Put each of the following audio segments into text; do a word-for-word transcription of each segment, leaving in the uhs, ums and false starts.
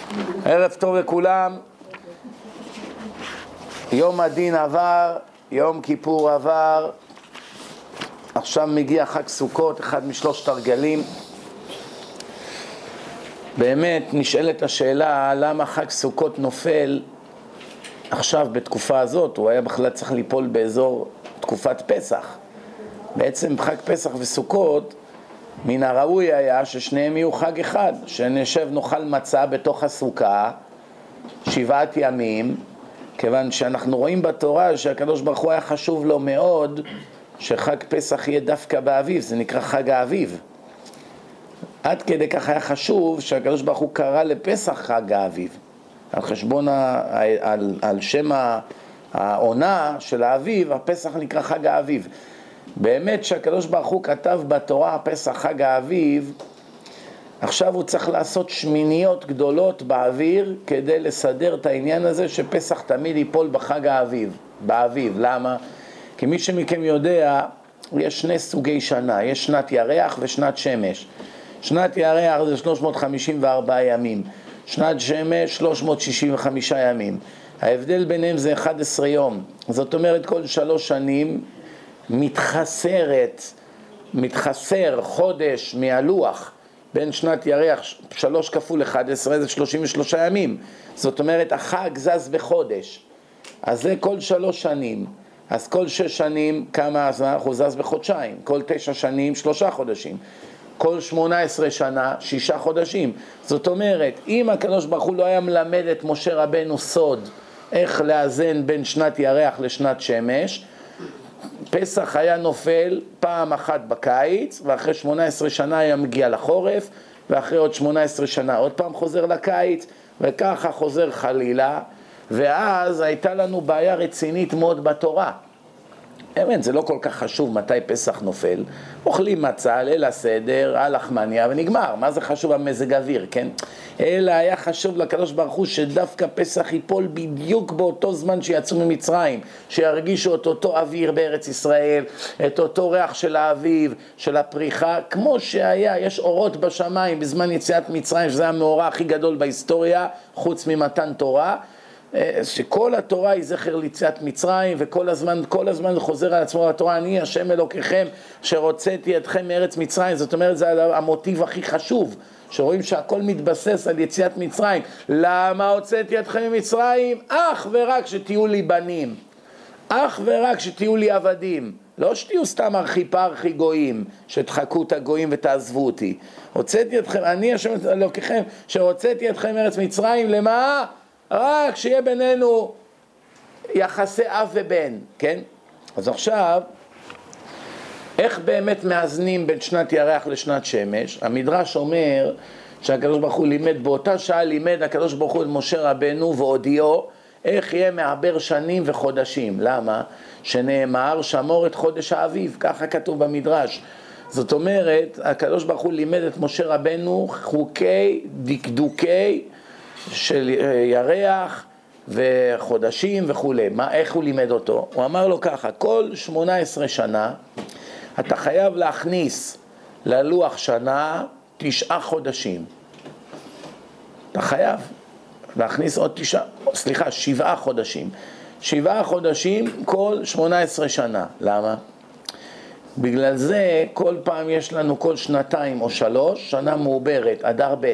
ערב טוב לכולם. יום הדין עבר, יום כיפור עבר, עכשיו מגיע חג סוכות, אחד משלושת הרגלים. באמת נשאלת השאלה למה חג סוכות נופל עכשיו בתקופה הזאת. הוא היה בכלל צריך ליפול באזור תקופת פסח. בעצם חג פסח וסוכות מן הראוי היה ששניהם יהיו חג אחד, שנשב נאכל מצה בתוך הסוכה שבעת ימים, כיוון שאנחנו רואים בתורה שהקדוש ברוך הוא היה חשוב לו מאוד שחג פסח יהיה דווקא באביב, זה נקרא חג האביב. עד כדי כך היה חשוב שהקדוש ברוך הוא קרא לפסח חג האביב, על חשבון, ה, על, על שם העונה של האביב, הפסח נקרא חג האביב. באמת שהקדוש ברוך הוא כתב בתורה פסח חג האביב, עכשיו הוא צריך לעשות שמיניות גדולות באוויר כדי לסדר את העניין הזה שפסח תמיד ייפול בחג האביב, באביב. למה? כי מי שמכם יודע, יש שני סוגי שנה, יש שנת ירח ושנת שמש. שנת ירח זה שלוש מאות חמישים וארבעה ימים, שנת שמש שלוש מאות שישים וחמישה ימים. ההבדל ביניהם זה אחד עשר יום, זאת אומרת כל שלוש שנים מתחסרת, מתחסר חודש מהלוח. בין שנת ירח שלוש כפול אחד עשרה זה שלושים ושלושה ימים, זאת אומרת החג זז בחודש, אז זה כל שלוש שנים. אז כל שש שנים כמה הוא זז בחודשיים, כל תשע שנים שלושה חודשים, כל שמונה עשרה שנה שישה חודשים. זאת אומרת אם הקדוש ברוך הוא לא היה מלמד את משה רבנו סוד איך לאזן בין שנת ירח לשנת שמש, פסח היה נופל פעם אחת בקיץ, ואחרי שמונה עשרה שנה היה מגיע לחורף, ואחרי עוד שמונה עשרה שנה עוד פעם חוזר לקיץ, וככה חוזר חלילה. ואז הייתה לנו בעיה רצינית מאוד בתורה. באמת זה לא כל כך חשוב מתי פסח נופל, אוכלים מצה, ליל הסדר, הלחמניה ונגמר. מה זה חשוב המזג אוויר, כן? אלא היה חשוב לקדוש ברוך הוא שדווקא פסח ייפול בדיוק באותו זמן שיצאו ממצרים, שירגישו את אותו אוויר בארץ ישראל, את אותו ריח של האביב, של הפריחה, כמו שהיה, יש אורות בשמיים בזמן יציאת מצרים, שזה המאורע הכי גדול בהיסטוריה, חוץ ממתן תורה, שכל התורה היא זכר ליציאת מצרים, וכל הזמן, כל הזמן חוזר על עצמו התורה, אני השם אלוקיכם שרוצאתי אתכם מארץ מצרים. זאת אומרת זה המוטיב הכי חשוב, שרואים שהכל מתבסס על יציאת מצרים. למה הוצאתי אתכם ממצרים? אך ורק שתהיו לי בנים, אך ורק שתהיו לי עבדים, לא שתהיו סתם ארכי פרחי גויים שתחכו את הגויים ותעזבו אותי. הוצאתי אתכם, אני השם אלוקיכם שרוצאתי אתכם מארץ מצרים. למה? רק שיהיה בינינו יחסי אב ובן, כן? אז עכשיו, איך באמת מאזנים בין שנת ירח לשנת שמש? המדרש אומר שהקדוש ברוך הוא לימד, באותה שעה לימד הקדוש ברוך הוא את משה רבנו והודיעו איך יהיה מעבר שנים וחודשים. למה? שנאמר שמור את חודש האביב, ככה כתוב במדרש. זאת אומרת, הקדוש ברוך הוא לימד את משה רבנו חוקי דקדוקי של ירח וחודשים וכו'. מה, איך הוא לימד אותו? הוא אמר לו ככה, כל שמונה עשרה שנה אתה חייב להכניס ללוח שנה תשעה חודשים. אתה חייב להכניס עוד תשעה, סליחה, שבעה חודשים. שבעה חודשים כל שמונה עשרה שנה. למה? בגלל זה כל פעם יש לנו כל שנתיים או שלוש, שנה מעוברת, אדר ב',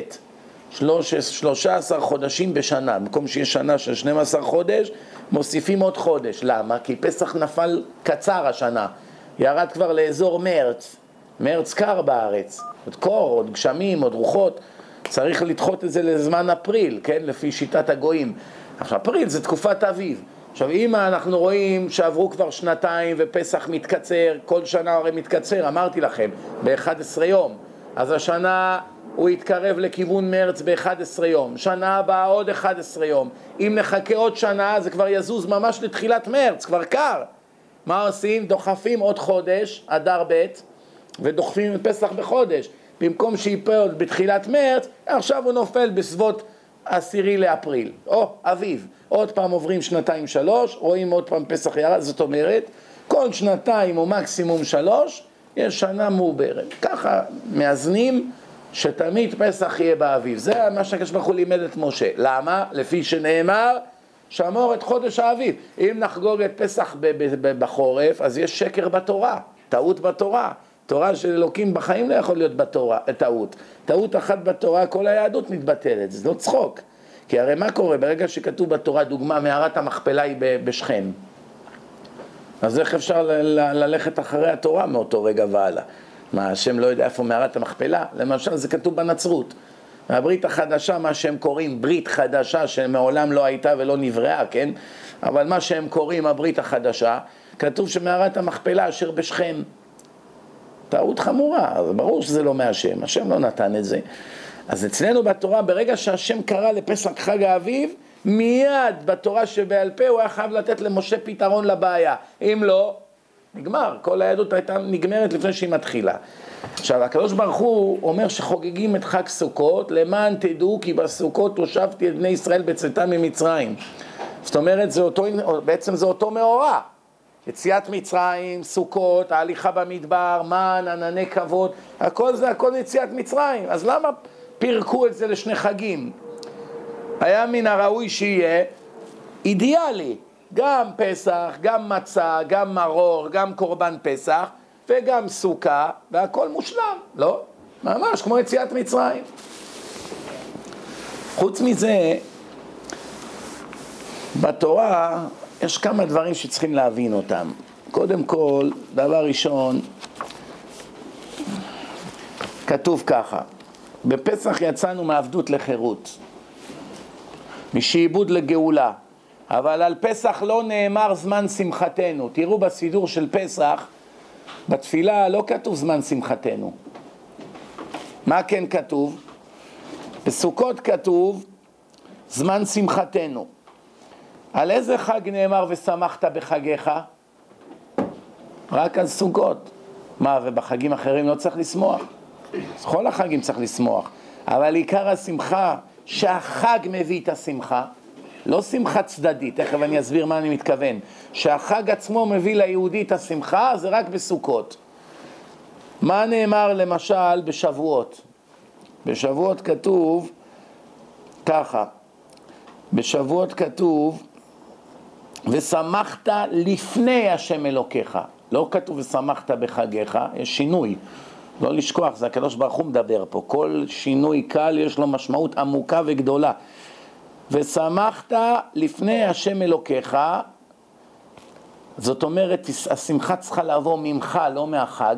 שלושה עשר חודשים בשנה. במקום שיש שנה של שנים עשר חודש, מוסיפים עוד חודש. למה? כי פסח נפל קצר השנה. ירד כבר לאזור מרץ. מרץ קר בארץ. עוד קור, עוד גשמים, עוד רוחות. צריך לדחות את זה לזמן אפריל, כן? לפי שיטת הגויים. עכשיו, אפריל זה תקופת אביב. עכשיו, אם אנחנו רואים שעברו כבר שנתיים ופסח מתקצר, כל שנה הרי מתקצר, אמרתי לכם, ב-אחד עשר יום. אז השנה הוא יתקרב לכיוון מרץ ב-אחד עשר יום, שנה הבאה עוד אחד עשר יום. אם נחכה עוד שנה זה כבר יזוז ממש לתחילת מרץ, כבר קר. מה עושים? דוחפים עוד חודש, אדר ב', ודוחפים את פסח בחודש. במקום שיפול בתחילת מרץ, עכשיו הוא נופל בסביבות עשירי לאפריל, או אביב. עוד פעם עוברים שנתיים שלוש, רואים עוד פעם פסח ירד. זאת אומרת, כל שנתיים או מקסימום שלוש, יש שנה מעוברת. ככה מאזנים שתמיד פסח יהיה באביב. זה מה שהקדוש ברוך הוא לימד את משה. למה? לפי שנאמר, שמור את חודש האביב. אם נחגוג את פסח בחורף, אז יש שקר בתורה, טעות בתורה. תורה של אלוקים בחיים לא יכול להיות בתורה, טעות. טעות אחת בתורה, כל היהדות מתבטלת, זה לא צחוק. כי הרי מה קורה? ברגע שכתוב בתורה, דוגמה, מערת המכפלה היא בשכם. אז איך אפשר ל- ל- ללכת אחרי התורה מאותו רגע והלאה? מה, השם לא יודע איפה מערת המכפלה? למשל, זה כתוב בנצרות. הברית החדשה, מה שהם קוראים ברית חדשה, שמעולם לא הייתה ולא נבראה, כן? אבל מה שהם קוראים הברית החדשה, כתוב שמערת המכפלה אשר בשכם. טעות חמורה, אז ברור שזה לא מהשם, השם לא נתן את זה. אז אצלנו בתורה, ברגע שהשם קרא לפסח חג האביב, מיד בתורה שבעל פה הוא היה חייב לתת למשה פתרון לבעיה. אם לא, נגמר, כל היהדות הייתה נגמרת לפני שהיא מתחילה. עכשיו, הקדוש ברוך הוא אומר שחוגגים את חג סוכות, למען תדעו כי בסוכות הושבתי את בני ישראל בצאתם ממצרים. זאת אומרת, זה אותו, בעצם זה אותו מאורע. יציאת מצרים, סוכות, ההליכה במדבר, מן, ענני כבוד, הכל זה, הכל יציאת מצרים. אז למה פירקו את זה לשני חגים? היה מן הראוי שיהיה אידיאלי, גם פסח, גם מצה, גם מרור, גם קורבן פסח, וגם סוכה, והכל מושלם, לא? ממש כמו יציאת מצרים. חוץ מזה, בתורה יש כמה דברים שצריכים להבין אותם. קודם כל, דבר ראשון, כתוב ככה, בפסח יצאנו מעבדות לחירות, משעבוד לגאולה, אבל על פסח לא נאמר זמן שמחתנו. תראו בסידור של פסח, בתפילה לא כתוב זמן שמחתנו. מה כן כתוב? בסוכות כתוב זמן שמחתנו. על איזה חג נאמר ושמחת בחגיך? רק על סוכות. מה, ובחגים אחרים לא צריך לשמוח? כל החגים צריך לשמוח. אבל עיקר השמחה, שהחג מביא את השמחה, לא שמחה צדדית, תכף אני אסביר מה אני מתכוון. שהחג עצמו מביא ליהודי את השמחה, זה רק בסוכות. מה נאמר למשל בשבועות? בשבועות כתוב ככה, בשבועות כתוב, ושמחת לפני השם אלוקיך. לא כתוב ושמחת בחגיך, יש שינוי. לא לשכוח, זה הקדוש ברוך הוא מדבר פה. כל שינוי קל יש לו משמעות עמוקה וגדולה. ושמחת לפני השם אלוקיך, זאת אומרת, השמחה צריכה לעבור ממך, לא מהחג.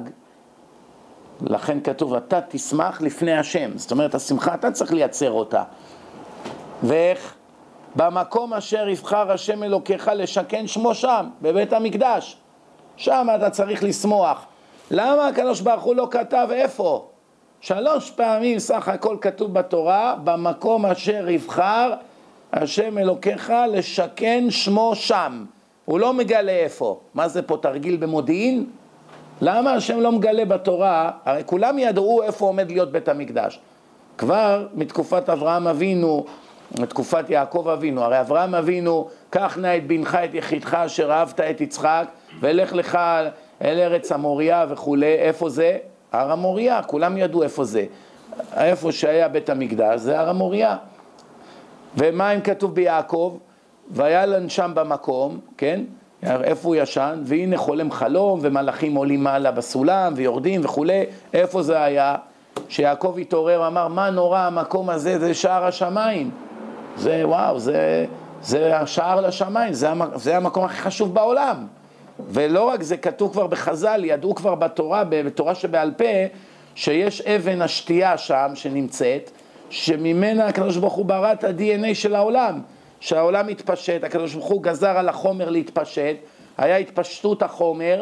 לכן כתוב, אתה תשמח לפני השם. זאת אומרת, השמחה אתה צריך לייצר אותה. ואיך? במקום אשר יבחר השם אלוקיך לשכן שמו שם, בבית המקדש. שם אתה צריך לשמוח. למה הקדוש ברוך הוא לא כתב איפה? שלוש פעמים סך הכל כתוב בתורה, במקום אשר יבחר השם אלוקיך לשכן שמו שם. הוא לא מגלה איפה. מה זה פה, תרגיל במודיעין? למה השם לא מגלה בתורה? הרי כולם ידעו איפה עומד להיות בית המקדש. כבר מתקופת אברהם אבינו, מתקופת יעקב אבינו, הרי אברהם אבינו, קח נא את בנך את יחידך אשר אהבת את יצחק, ולך לך אל ארץ המוריה וכו'. איפה זה? הר המוריה, כולם ידעו איפה זה. איפה שהיה בית המקדש זה הר המוריה. ומה אם כתוב ביעקב? וילן שם במקום, כן? איפה הוא ישן? והנה חולם חלום ומלאכים עולים מעלה בסולם ויורדים וכו'. איפה זה היה? שיעקב התעורר, אמר, מה נורא המקום הזה? זה שער השמיים. זה וואו, זה, זה השער לשמיים, זה, זה המקום הכי חשוב בעולם. ולא רק זה, כתוב כבר בחז"ל, ידעו כבר בתורה, בתורה שבעל פה, שיש אבן השתייה שם שנמצאת, שממנה הקדוש ברוך הוא ברא את ה-די אן איי של העולם, שהעולם מתפשט, הקדוש ברוך הוא גזר על החומר להתפשט, היה התפשטות החומר.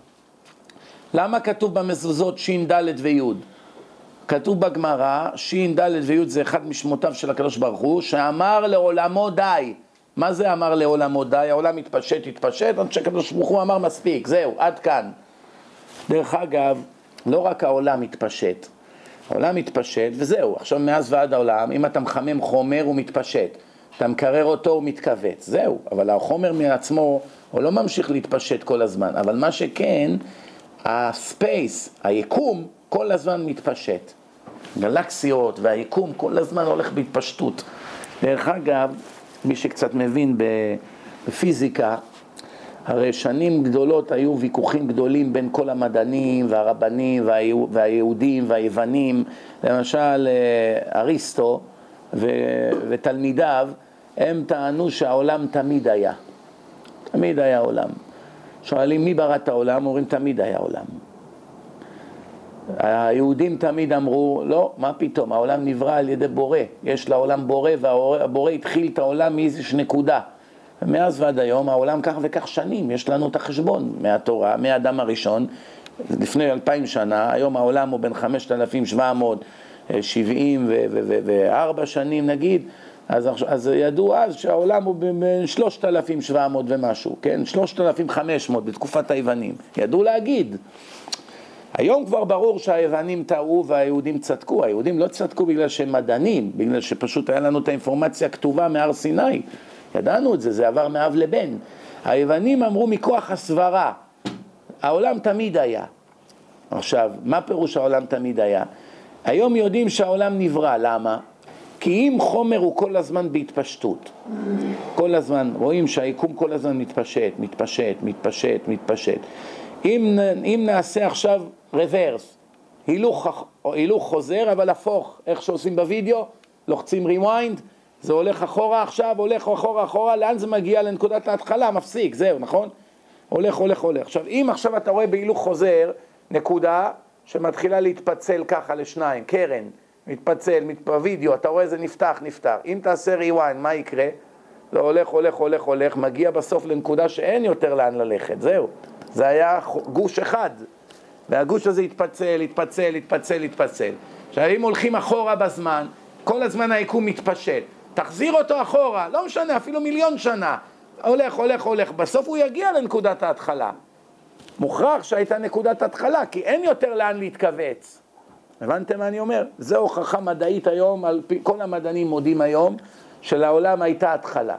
למה כתוב במזוזות שין ד' וי'? כתוב בגמרא, שין ד' וי' זה אחד משמותיו של הקדוש ברוך הוא, שאמר לעולמו די. מה זה אמר לעולמו די? העולם התפשט, התפשט, עד שהקדוש ברוך הוא אמר מספיק, זהו, עד כאן. דרך אגב, לא רק העולם מתפשט, העולם מתפשט וזהו, עכשיו מאז ועד העולם, אם אתה מחמם חומר הוא מתפשט, אתה מקרר אותו הוא מתכווץ, זהו, אבל החומר מעצמו הוא לא ממשיך להתפשט כל הזמן, אבל מה שכן, הספייס, היקום, כל הזמן מתפשט. גלקסיות והיקום כל הזמן הולך בהתפשטות. דרך אגב, מי שקצת מבין בפיזיקה, הרי שנים גדולות היו ויכוחים גדולים בין כל המדענים והרבנים והיהודים והיוונים. למשל אריסטו ותלמידיו, הם טענו שהעולם תמיד היה. תמיד היה עולם. שואלים מי ברא את העולם? אומרים תמיד היה עולם. היהודים תמיד אמרו, לא, מה פתאום, העולם נברא על ידי בורא. יש לעולם בורא, והבורא התחיל את העולם מאיזוש נקודה. ומאז ועד היום העולם כך וכך שנים, יש לנו את החשבון מהתורה, מהאדם הראשון, לפני אלפיים שנה, היום העולם הוא בין חמשת אלפים שבע מאות שבעים וארבע שנים נגיד, אז, אז ידעו אז שהעולם הוא בין שלושת אלפים שבע מאות ומשהו, כן? שלושת אלפים וחמש מאות בתקופת היוונים, ידעו להגיד. היום כבר ברור שהיוונים טעו והיהודים צדקו. היהודים לא צדקו בגלל שהם מדענים, בגלל שפשוט היה לנו את האינפורמציה הכתובה מהר סיני. ידענו את זה, זה עבר מאב לבן. היוונים אמרו מכוח הסברה, העולם תמיד היה. עכשיו, מה פירוש העולם תמיד היה? היום יודעים שהעולם נברא, למה? כי אם חומר הוא כל הזמן בהתפשטות, כל הזמן, רואים שהיקום כל הזמן מתפשט, מתפשט, מתפשט, מתפשט. אם, אם נעשה עכשיו רוורס, הילוך, הילוך חוזר, אבל הפוך, איך שעושים בווידאו, לוחצים ריוויינד, זה הולך אחורה עכשיו, הולך אחורה אחורה, לאן זה מגיע? לנקודת ההתחלה, מפסיק, זהו, נכון? הולך, הולך, הולך. עכשיו, אם עכשיו אתה רואה בהילוך חוזר, נקודה שמתחילה להתפצל ככה לשניים, קרן, מתפצל, בווידאו, אתה רואה זה נפתח, נפתח. אם תעשה ריוויינד, מה יקרה? זה הולך, הולך, הולך, הולך, מגיע בסוף לנקודה שאין יותר לאן ללכת, זהו. זה היה גוש אחד, והגוש הזה התפצל, התפצל, התפצל, התפצל. עכשיו, אם הולכים אחורה בזמן, כל הזמן היקום מתפשט. תחזיר אותו אחורה, לא משנה, אפילו מיליון שנה. הולך, הולך, הולך. בסוף הוא יגיע לנקודת ההתחלה. מוכרח שהייתה נקודת התחלה, כי אין יותר לאן להתכווץ. הבנתם מה אני אומר? זו הוכחה מדעית היום, על פי כל המדענים מודים היום, שלעולם הייתה התחלה.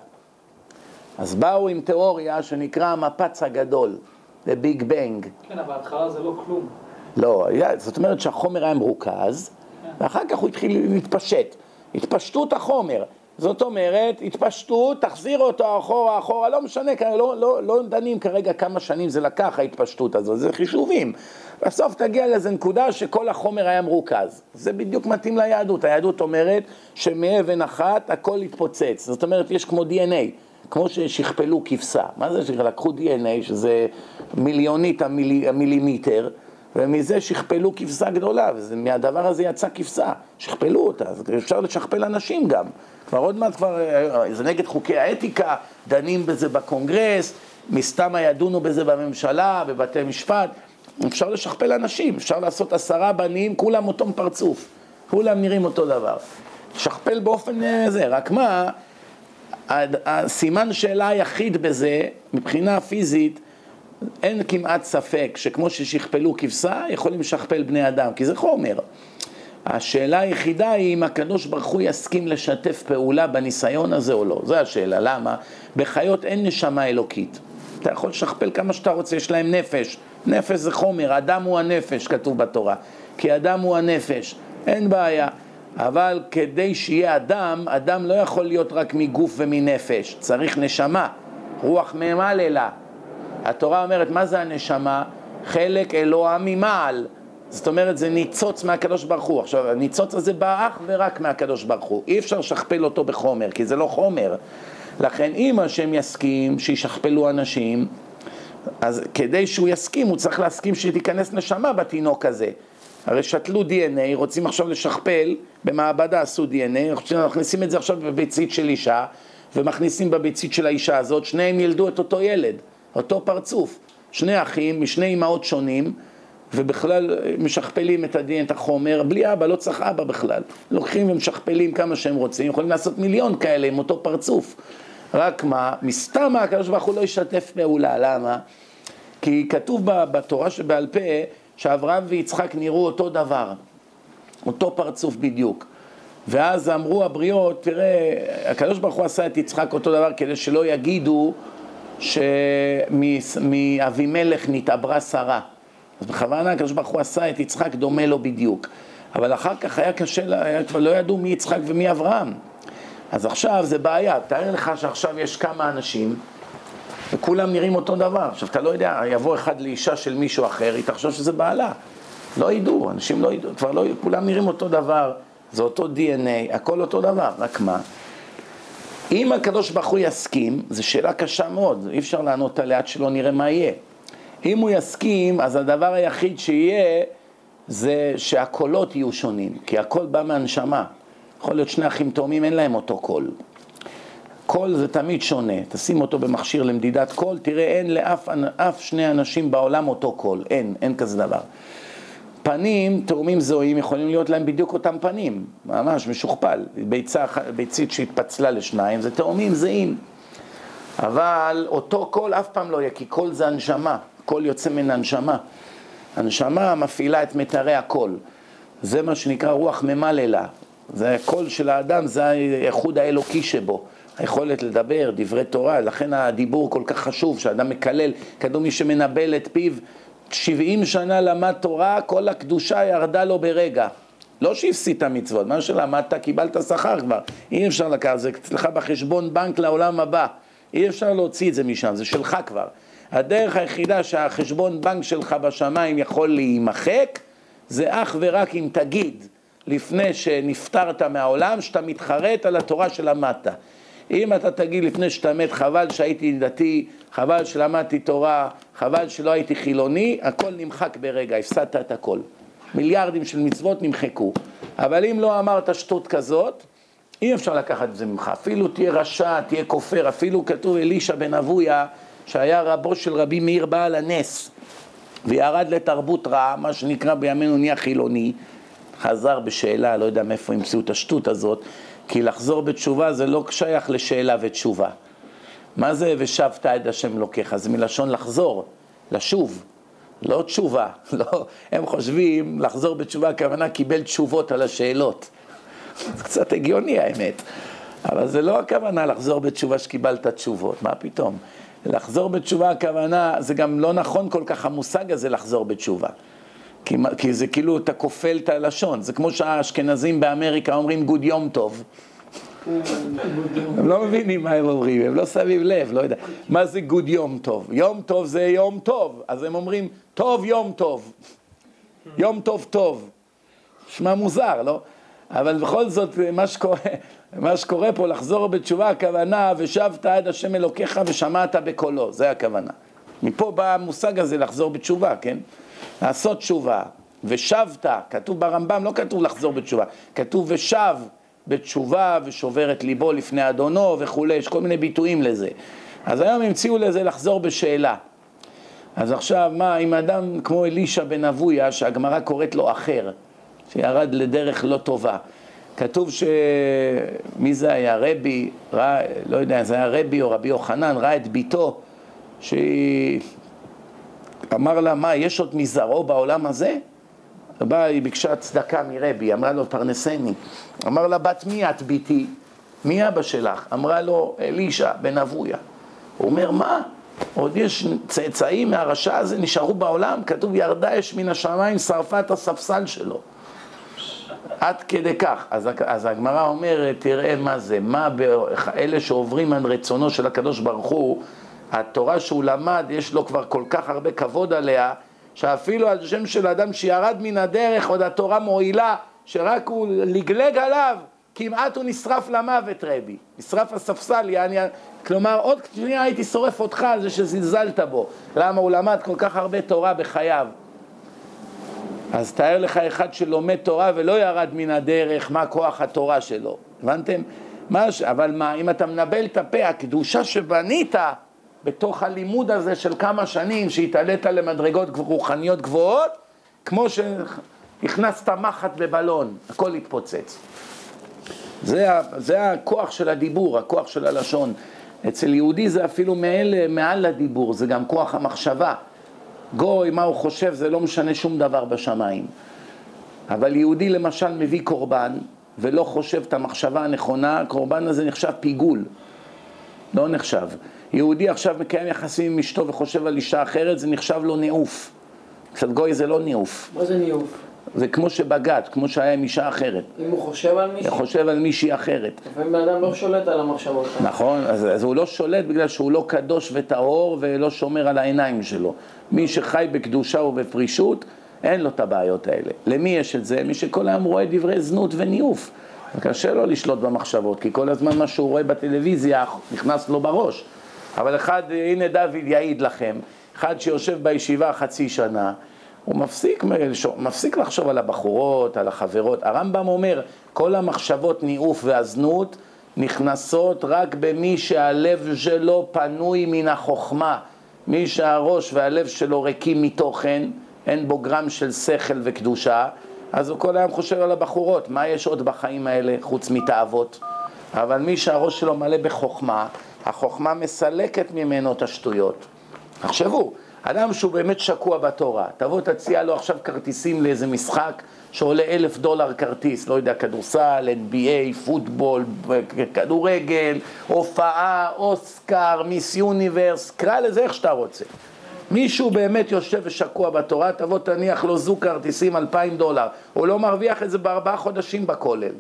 אז באו עם תיאוריה שנקרא המפץ הגדול, The Big Bang. כן, אבל ההתחלה זה לא כלום. לא, זאת אומרת שהחומר היה מרוכז, כן. ואחר כך הוא התחיל להתפשט. התפשטות החומר. זאת אומרת, התפשטות, תחזיר אותו אחורה, אחורה, לא משנה, לא, לא, לא דנים כרגע כמה שנים זה לקח ההתפשטות הזאת, זה חישובים. בסוף תגיע לאיזו נקודה שכל החומר היה מרוכז. זה בדיוק מתאים ליהדות. היהדות אומרת שמאבן אחת הכל התפוצץ. זאת אומרת, יש כמו די אן איי, כמו ששכפלו כבשה. מה זה שלקחו די אן איי, שזה מיליונית המילי, המילימטר, ומזה שכפלו כבשה גדולה, ומהדבר הזה יצא כבשה. שכפלו אותה, אז אפשר לשכפל אנשים גם. כבר עוד מעט כבר, זה נגד חוקי האתיקה, דנים בזה בקונגרס, מסתם ידונו בזה בממשלה, בבתי משפט. אפשר לשכפל אנשים, אפשר לעשות עשרה בנים, כולם אותו פרצוף, כולם נראים אותו דבר. לשכפל באופן זה, רק מה, הסימן שאלה היחיד בזה, מבחינה פיזית, אין כמעט ספק שכמו ששכפלו כבשה, יכולים לשכפל בני אדם, כי זה חומר. השאלה היחידה היא אם הקדוש ברוך הוא יסכים לשתף פעולה בניסיון הזה או לא. זו השאלה, למה? בחיות אין נשמה אלוקית. אתה יכול לשכפל כמה שאתה רוצה, יש להם נפש. נפש זה חומר, אדם הוא הנפש, כתוב בתורה. כי אדם הוא הנפש, אין בעיה. אבל כדי שיהיה אדם, אדם לא יכול להיות רק מגוף ומנפש. צריך נשמה, רוח ממעלה. התורה אומרת, מה זה הנשמה? חלק אלוה ממעל. זאת אומרת, זה ניצוץ מהקדוש ברוך הוא. עכשיו, הניצוץ הזה בא אך ורק מהקדוש ברוך הוא. אי אפשר לשכפל אותו בחומר, כי זה לא חומר. לכן, אם השם יסכים שישכפלו אנשים, אז כדי שהוא יסכים, הוא צריך להסכים שתיכנס נשמה בתינוק הזה. הרי שתלו די אן איי, רוצים עכשיו לשכפל, במעבדה עשו די אן איי, מכניסים את זה עכשיו בביצית של אישה, ומכניסים בביצית של האישה הזאת, שניהם ילדו את אותו ילד, אותו פרצוף. שני אחים, משני אמהות שונים, ובכלל משכפלים את הדין, את החומר, בלי אבא, לא צריך אבא בכלל. לוקחים ומשכפלים כמה שהם רוצים, יכולים לעשות מיליון כאלה עם אותו פרצוף. רק מה, מסתם הקדוש ברוך הוא לא ישתף פעולה, למה? כי כתוב בתורה שבעל פה, שאברהם ויצחק נראו אותו דבר, אותו פרצוף בדיוק. ואז אמרו הבריות, תראה, הקדוש ברוך הוא עשה את יצחק אותו דבר, כדי שלא יגידו שמאבימלך נתעברה שרה. אז בכוונה הקדוש ברוך הוא עשה את יצחק דומה לו בדיוק. אבל אחר כך היה קשה, היה, כבר לא ידעו מי יצחק ומי אברהם. אז עכשיו זה בעיה, תאר לך שעכשיו יש כמה אנשים, וכולם נראים אותו דבר. עכשיו אתה לא יודע, יבוא אחד לאישה של מישהו אחר, היא תחשוב שזה בעלה. לא ידעו, אנשים לא ידעו, כבר לא, כולם נראים אותו דבר, זה אותו די אן איי, הכל אותו דבר, רק מה? אם הקדוש ברוך הוא יסכים, זו שאלה קשה מאוד, אי אפשר לענות עליה עד שלא נראה מה יהיה. אם הוא יסכים, אז הדבר היחיד שיהיה, זה שהקולות יהיו שונים, כי הקול בא מהנשמה. יכול להיות שני אחים תאומים, אין להם אותו קול. קול זה תמיד שונה, תשים אותו במכשיר למדידת קול, תראה אין לאף אף שני אנשים בעולם אותו קול, אין, אין כזה דבר. פנים, תאומים זוהים, יכולים להיות להם בדיוק אותם פנים, ממש משוכפל, ביצה, ביצית שהתפצלה לשניים, זה תאומים זהים. אבל אותו קול אף פעם לא יהיה, כי קול זה הנשמה, קול יוצא מן הנשמה. הנשמה מפעילה את מטרי הקול, זה מה שנקרא רוח ממללה, זה הקול של האדם, זה הייחוד האלוקי שבו. היכולת לדבר, דברי תורה, לכן הדיבור כל כך חשוב, שהאדם מקלל, כדור מי שמנבל את פיו, שבעים שנה למד תורה, כל הקדושה ירדה לו ברגע. לא שהפסית מצוות, מה שלמדת, קיבלת שכר כבר. אי אפשר לקחת, זה אצלך בחשבון בנק לעולם הבא. אי אפשר להוציא את זה משם, זה שלך כבר. הדרך היחידה שהחשבון בנק שלך בשמיים יכול להימחק, זה אך ורק אם תגיד, לפני שנפטרת מהעולם, שאתה מתחרט על התורה שלמדת. אם אתה תגיד לפני שאתה מת, חבל שהייתי דתי, חבל שלמדתי תורה, חבל שלא הייתי חילוני, הכל נמחק ברגע, הפסדת את הכל. מיליארדים של מצוות נמחקו. אבל אם לא אמרת שטות כזאת, אי אפשר לקחת את זה ממך. אפילו תהיה רשע, תהיה כופר, אפילו כתוב אלישע בן אבויה, שהיה רבו של רבי מאיר בעל הנס, וירד לתרבות רעה, מה שנקרא בימינו נהיה חילוני, חזר בשאלה, לא יודע מאיפה המציאו את השטות הזאת, כי לחזור בתשובה זה לא שייך לשאלה ותשובה. מה זה ושבת את השם אלוקיך? זה מלשון לחזור, לשוב, לא תשובה. לא, הם חושבים לחזור בתשובה, הכוונה קיבל תשובות על השאלות. זה קצת הגיוני האמת. אבל זה לא הכוונה לחזור בתשובה שקיבלת תשובות, מה פתאום? לחזור בתשובה הכוונה, זה גם לא נכון כל כך המושג הזה לחזור בתשובה. כי, כי זה כאילו אתה כופל את הלשון, זה כמו שהאשכנזים באמריקה אומרים גוד יום טוב. הם לא מבינים מה הם אומרים, הם לא שמים לב, לא יודע. מה זה גוד יום טוב? יום טוב זה יום טוב, אז הם אומרים טוב יום טוב. יום טוב טוב. שמה מוזר, לא? אבל בכל זאת מה שקורה, מה שקורה פה לחזור בתשובה הכוונה ושבת עד השם אלוקיך ושמעת בקולו, זה הכוונה. מפה בא המושג הזה לחזור בתשובה, כן? לעשות תשובה, ושבת, כתוב ברמב"ם, לא כתוב לחזור בתשובה, כתוב ושב בתשובה ושובר את ליבו לפני אדונו וכו', יש כל מיני ביטויים לזה. אז היום המציאו לזה לחזור בשאלה. אז עכשיו מה, אם אדם כמו אלישע בן אבויה, שהגמרא קוראת לו אחר, שירד לדרך לא טובה, כתוב שמי זה היה, רבי, רא, לא יודע, זה היה רבי או רבי יוחנן, ראה את ביתו, שהיא... אמר לה, מה, יש עוד מזרעו בעולם הזה? באה, היא ביקשה צדקה מרבי, אמרה לו, פרנסני. אמר לה, בת מי את ביתי? מי אבא שלך? אמרה לו, אלישע בן אבויה. הוא אומר, מה? עוד יש צאצאים מהרשע הזה, נשארו בעולם? כתוב, ירדה אש מן השמיים, שרפה את הספסל שלו. עד כדי כך. אז, אז הגמרא אומרת, תראה מה זה, מה אלה שעוברים על רצונו של הקדוש ברוך הוא, התורה שהוא למד, יש לו כבר כל כך הרבה כבוד עליה, שאפילו על שם של אדם שירד מן הדרך, עוד התורה מועילה, שרק הוא לגלג עליו, כמעט הוא נשרף למוות רבי. נשרף הספסל, יעני, כלומר, עוד שנייה הייתי שורף אותך על זה שזלזלת בו. למה הוא למד כל כך הרבה תורה בחייו? אז תאר לך אחד שלומד תורה ולא ירד מן הדרך, מה כוח התורה שלו. הבנתם? מה, אבל מה, אם אתה מנבל את הפה, הקדושה שבנית, בתוך הלימוד הזה של כמה שנים שהתעלית למדרגות רוחניות גבוהות, כמו שהכנסת מחט בבלון, הכל התפוצץ. זה, זה הכוח של הדיבור, הכוח של הלשון. אצל יהודי זה אפילו מעל, מעל הדיבור, זה גם כוח המחשבה. גוי, מה הוא חושב, זה לא משנה שום דבר בשמיים. אבל יהודי למשל מביא קורבן, ולא חושב את המחשבה הנכונה, הקורבן הזה נחשב פיגול. לא נחשב. יהודי עכשיו מקיים יחסים עם אשתו וחושב על אישה אחרת, זה נחשב לו נעוף. אצל גוי זה לא נעוף. מה זה נעוף? זה כמו שבגד, כמו שהיה עם אישה אחרת. אם הוא חושב על מישהי? הוא חושב על מישהי אחרת. לפעמים האדם לא שולט על המחשבות. נכון, אז, אז הוא לא שולט בגלל שהוא לא קדוש וטהור ולא שומר על העיניים שלו. מי שחי בקדושה ובפרישות, אין לו את הבעיות האלה. למי יש את זה? מי שכל היום רואה דברי זנות וניאוף. קשה לו לשלוט במחשבות, כי כל הזמן מה שהוא רואה בטלוויזיה נכנס לו בראש. אבל אחד, הנה דוד יעיד לכם, אחד שיושב בישיבה חצי שנה, הוא מפסיק, מפסיק לחשוב על הבחורות, על החברות. הרמב"ם אומר, כל המחשבות ניאוף והזנות נכנסות רק במי שהלב שלו פנוי מן החוכמה. מי שהראש והלב שלו ריקים מתוכן, אין בו גרם של שכל וקדושה, אז הוא כל היום חושב על הבחורות. מה יש עוד בחיים האלה חוץ מתאוות? אבל מי שהראש שלו מלא בחוכמה, החוכמה מסלקת ממנו את השטויות. תחשבו, אדם שהוא באמת שקוע בתורה, תבוא תציע לו עכשיו כרטיסים לאיזה משחק שעולה אלף דולר כרטיס, לא יודע, כדורסל, אן בי איי, פוטבול, כדורגל, הופעה, אוסקר, מיס יוניברס, קרא לזה איך שאתה רוצה. מישהו באמת יושב ושקוע בתורה, תבוא תניח לו זוג כרטיסים אלפיים דולר, הוא לא מרוויח את זה בארבעה חודשים בכולל.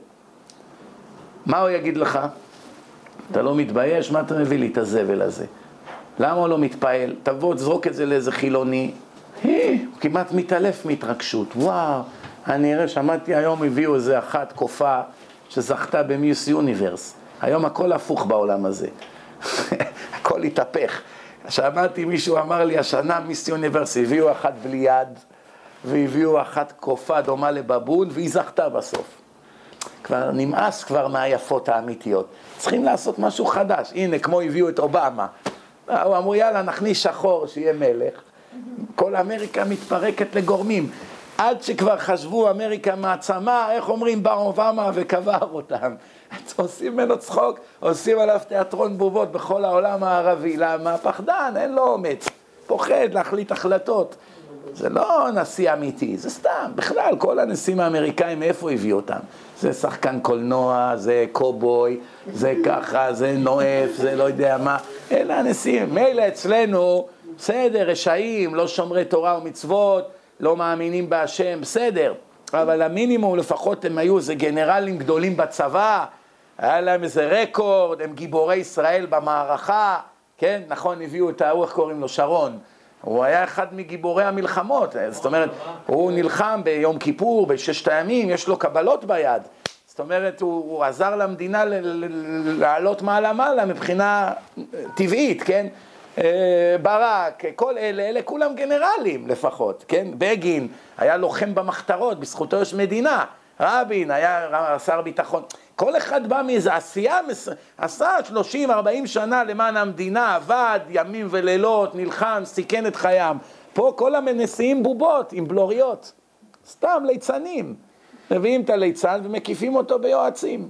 מה הוא יגיד לך? אתה לא מתבייש? מה אתה מביא לי את הזבל הזה? למה הוא לא מתפעל? תבוא, תזרוק את זה לאיזה חילוני. היא, הוא כמעט מתעלף מהתרגשות. וואו, אני אראה, שמעתי היום הביאו איזה אחת קופה שזכתה במיס יוניברס. היום הכל הפוך בעולם הזה. הכל התהפך. שמעתי מישהו אמר לי, השנה מיס יוניברס הביאו אחת בלי יד, והביאו אחת קופה דומה לבבון, והיא זכתה בסוף. כבר נמאס כבר מהיפות האמיתיות. צריכים לעשות משהו חדש. הנה, כמו הביאו את אובמה. הוא אמרו, יאללה, נכניס שחור שיהיה מלך. כל אמריקה מתפרקת לגורמים. עד שכבר חשבו אמריקה מעצמה, איך אומרים, בא אובמה וקבר אותם. עושים ממנו צחוק, עושים עליו תיאטרון בובות בכל העולם הערבי. למה? פחדן, אין לו אומץ. פוחד להחליט החלטות. זה לא נשיא אמיתי, זה סתם. בכלל, כל הנשיאים האמריקאים, מאיפה הביאו אותם? זה שחקן קולנוע, זה קובוי, זה ככה, זה נואף, זה לא יודע מה. אלה הנשיאים. מילא אצלנו, בסדר, רשעים, לא שומרי תורה ומצוות, לא מאמינים בהשם, בסדר. אבל המינימום לפחות הם היו, זה גנרלים גדולים בצבא, היה להם איזה רקורד, הם גיבורי ישראל במערכה, כן? נכון, הביאו את ההוא, איך קוראים לו? שרון. הוא היה אחד מגיבורי המלחמות, זאת אומרת, הוא נלחם ביום כיפור, בששת הימים, יש לו קבלות ביד. זאת אומרת, הוא, הוא עזר למדינה לעלות מעלה מעלה מבחינה טבעית, כן? ברק, כל אלה, אלה כולם גנרלים לפחות, כן? בגין היה לוחם במחתרות, בזכותו יש מדינה. רבין היה שר ביטחון. כל אחד בא מאיזו עשייה, עשה שלושים ארבעים שנה למען המדינה, עבד ימים ולילות, נלחם, סיכן את חייהם. פה כל המנשיאים בובות עם בלוריות, סתם ליצנים. מביאים את הליצן ומקיפים אותו ביועצים.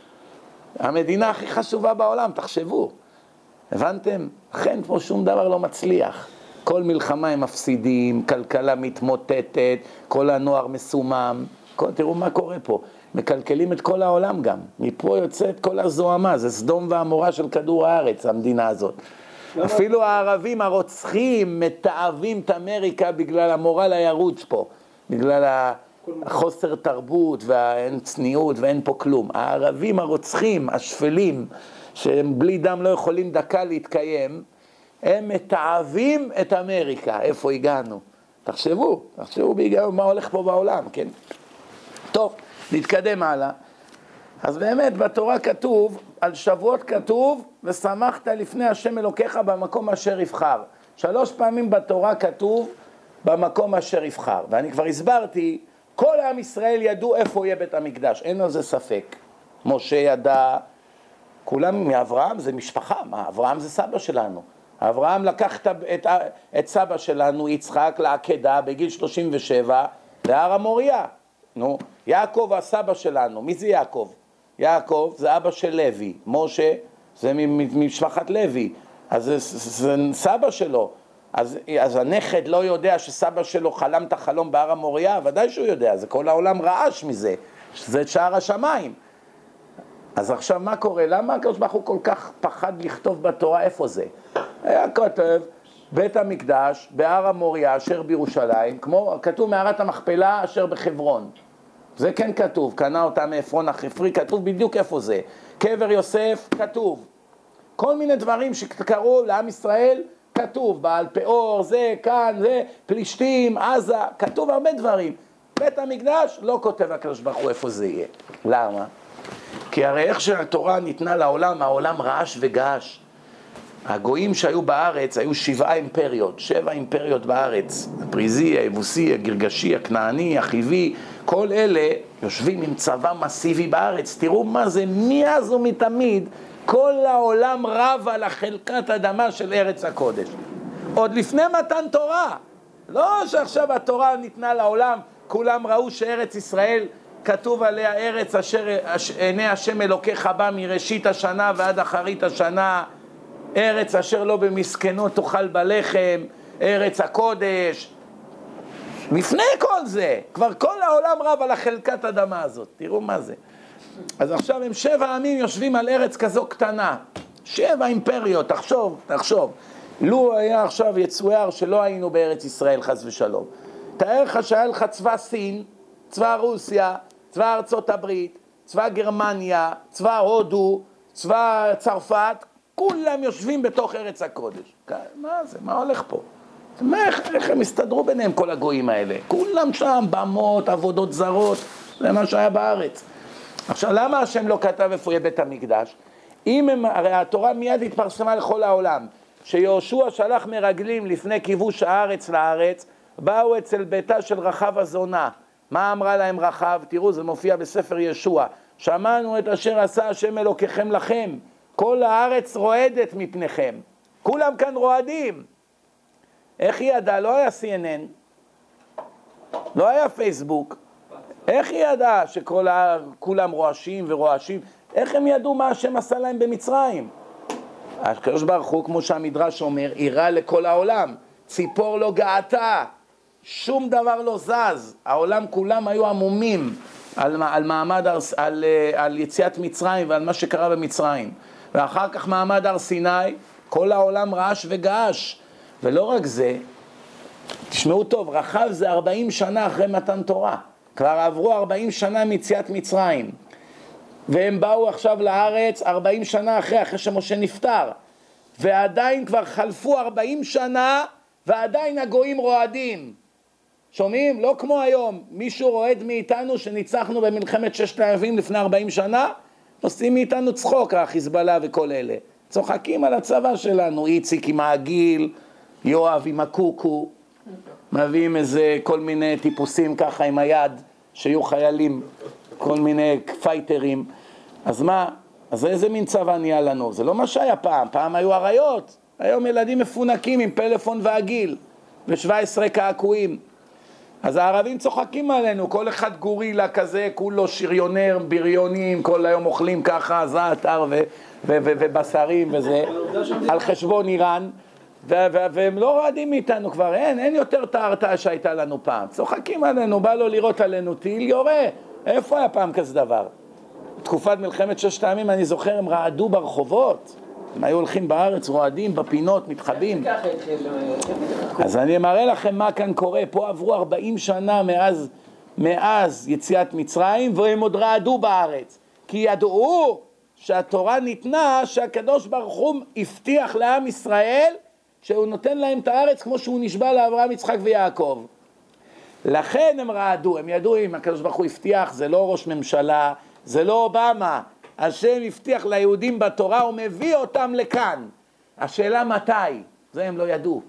המדינה הכי חשובה בעולם, תחשבו. הבנתם? אכן פה שום דבר לא מצליח. כל מלחמה הם מפסידים, כלכלה מתמוטטת, כל הנוער מסומם. כל, תראו מה קורה פה. מקלקלים את כל העולם גם. מפה יוצאת כל הזוהמה, זה סדום ועמורה של כדור הארץ, המדינה הזאת. אפילו הערבים הרוצחים מתאהבים את אמריקה בגלל המורל הירוץ פה. בגלל החוסר תרבות ואין צניעות ואין פה כלום. הערבים הרוצחים, השפלים, שהם בלי דם לא יכולים דקה להתקיים, הם מתאהבים את אמריקה. איפה הגענו? תחשבו, תחשבו בהיגיון מה הולך פה בעולם, כן? טוב, נתקדם הלאה. אז באמת בתורה כתוב, על שבועות כתוב, ושמחת לפני השם אלוקיך במקום אשר יבחר. שלוש פעמים בתורה כתוב, במקום אשר יבחר. ואני כבר הסברתי, כל עם ישראל ידעו איפה יהיה בית המקדש, אין על זה ספק. משה ידע, כולם מאברהם זה משפחה, מה? אברהם זה סבא שלנו. אברהם לקח את, את, את סבא שלנו, יצחק, לעקדה בגיל שלושים ושבע, להר המוריה. נו, יעקב הסבא שלנו, מי זה יעקב? יעקב זה אבא של לוי, משה זה ממשפחת לוי, אז זה, זה סבא שלו. אז, אז הנכד לא יודע שסבא שלו חלם את החלום בהר המוריה, ודאי שהוא יודע, זה כל העולם רעש מזה, שזה שער השמיים. אז עכשיו מה קורה? למה הקדוש ברוך הוא כל כך פחד לכתוב בתורה איפה זה? היה כותב, בית המקדש בהר המוריה אשר בירושלים, כמו כתוב מערת המכפלה אשר בחברון. זה כן כתוב, קנה אותה מעפרון החפרי, כתוב בדיוק איפה זה. קבר יוסף, כתוב. כל מיני דברים שקראו לעם ישראל, כתוב. בעל פאור, זה, כאן, זה, פלישתים, עזה, כתוב הרבה דברים. בית המקדש לא כותב הקדוש ברוך הוא איפה זה יהיה. למה? כי הרי איך שהתורה ניתנה לעולם, העולם רעש וגעש. הגויים שהיו בארץ היו שבעה אימפריות, שבע אימפריות בארץ. הפריזי, היבוסי, הגרגשי, הכנעני, החיבי, כל אלה יושבים עם צבא מסיבי בארץ. תראו מה זה, מאז ומתמיד, כל העולם רב על החלקת אדמה של ארץ הקודש. עוד לפני מתן תורה. לא שעכשיו התורה ניתנה לעולם, כולם ראו שארץ ישראל כתוב עליה ארץ אשר עיני השם אלוקיך בה מראשית השנה ועד אחרית השנה, ארץ אשר לא במסכנות תאכל בלחם, ארץ הקודש. לפני כל זה, כבר כל העולם רב על החלקת אדמה הזאת. תראו מה זה. אז עכשיו הם שבע עמים יושבים על ארץ כזו קטנה. שבע אימפריות, תחשוב, תחשוב. לו היה עכשיו יצואר שלא היינו בארץ ישראל חס ושלום. תאר לך שהיה לך צבא סין, צבא רוסיה, צבא ארצות הברית, צבא גרמניה, צבא הודו, צבא צרפת, כולם יושבים בתוך ארץ הקודש. מה זה? מה הולך פה? מה, איך, איך הם הסתדרו ביניהם כל הגויים האלה? כולם שם, במות, עבודות זרות, זה מה שהיה בארץ. עכשיו, למה השם לא כתב איפה יהיה בית המקדש? אם הם, הרי התורה מיד התפרסמה לכל העולם, שיהושע שלח מרגלים לפני כיבוש הארץ לארץ, באו אצל ביתה של רחב הזונה. מה אמרה להם רחב? תראו, זה מופיע בספר ישוע. שמענו את אשר עשה השם אלוקיכם לכם. כל הארץ רועדת מפניכם. כולם כאן רועדים. איך היא ידעה? לא היה סי אן אן. לא היה פייסבוק. איך היא ידעה שכולם רועשים ורועשים? איך הם ידעו מה השם עשה להם במצרים? הקדוש ברוך הוא, כמו שהמדרש אומר, יראה לכל העולם. ציפור לא געתה. שום דבר לא זז. העולם כולם היו עמומים על, על מעמד, על, על יציאת מצרים ועל מה שקרה במצרים. ואחר כך מעמד הר סיני, כל העולם רעש וגעש. ולא רק זה, תשמעו טוב, רחב זה ארבעים שנה אחרי מתן תורה. כבר עברו ארבעים שנה מיציאת מצרים. והם באו עכשיו לארץ ארבעים שנה אחרי, אחרי שמשה נפטר. ועדיין כבר חלפו ארבעים שנה, ועדיין הגויים רועדים. שומעים? לא כמו היום. מישהו רועד מאיתנו שניצחנו במלחמת ששת הימים לפני ארבעים שנה? עושים מאיתנו צחוק, החיזבאללה וכל אלה. צוחקים על הצבא שלנו, איציק עם העגיל, יואב עם הקוקו, מביאים איזה כל מיני טיפוסים ככה עם היד, שיהיו חיילים, כל מיני פייטרים. אז מה? אז איזה מין צבא נהיה לנו? זה לא מה שהיה פעם, פעם היו עריות, היום ילדים מפונקים עם פלאפון ועגיל, ו-שבע עשרה קעקועים. אז הערבים צוחקים עלינו, כל אחד גורילה כזה, כולו שריונר, בריונים, כל היום אוכלים ככה, זעתר ו- ו- ו- ובשרים וזה, על חשבון איראן, ו- ו- והם לא רועדים מאיתנו כבר, אין, אין יותר את ההרתעה שהייתה לנו פעם. צוחקים עלינו, בא לו לראות עלינו טיל, יורה. איפה היה פעם כזה דבר? בתקופת מלחמת ששת הימים, אני זוכר, הם רעדו ברחובות. הם היו הולכים בארץ, רועדים, בפינות, מתחבאים. אז אני מראה לכם מה כאן קורה. פה עברו ארבעים שנה מאז, מאז יציאת מצרים, והם עוד רעדו בארץ. כי ידעו שהתורה ניתנה, שהקדוש ברוך הוא הבטיח לעם ישראל, שהוא נותן להם את הארץ כמו שהוא נשבע לאברהם, יצחק ויעקב. לכן הם רעדו, הם ידעו אם הקדוש ברוך הוא הבטיח, זה לא ראש ממשלה, זה לא אובמה. השם הבטיח ליהודים בתורה, הוא מביא אותם לכאן. השאלה מתי? זה הם לא ידעו.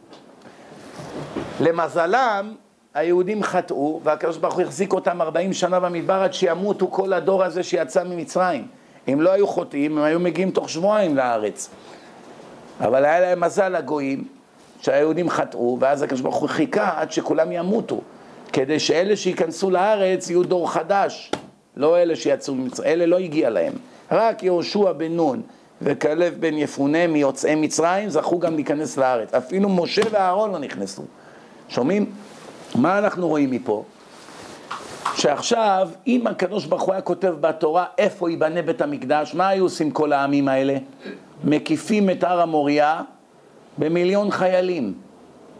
למזלם, היהודים חטאו, והקדוש ברוך הוא החזיק אותם ארבעים שנה במדבר, עד שימותו כל הדור הזה שיצא ממצרים. אם לא היו חוטאים, הם היו מגיעים תוך שבועיים לארץ. אבל היה להם מזל הגויים, שהיהודים חטאו, ואז הקדוש ברוך הוא חיכה עד שכולם ימותו, כדי שאלה שיכנסו לארץ יהיו דור חדש. לא אלה שיצאו ממצרים, אלה לא הגיע להם. רק יהושע בן נון וכלב בן יפונה מיוצאי מצרים זכו גם להיכנס לארץ. אפילו משה ואהרון לא נכנסו. שומעים? מה אנחנו רואים מפה? שעכשיו, אם הקדוש ברוך הוא היה כותב בתורה איפה ייבנה בית המקדש, מה היו עושים כל העמים האלה? מקיפים את הר המוריה במיליון חיילים.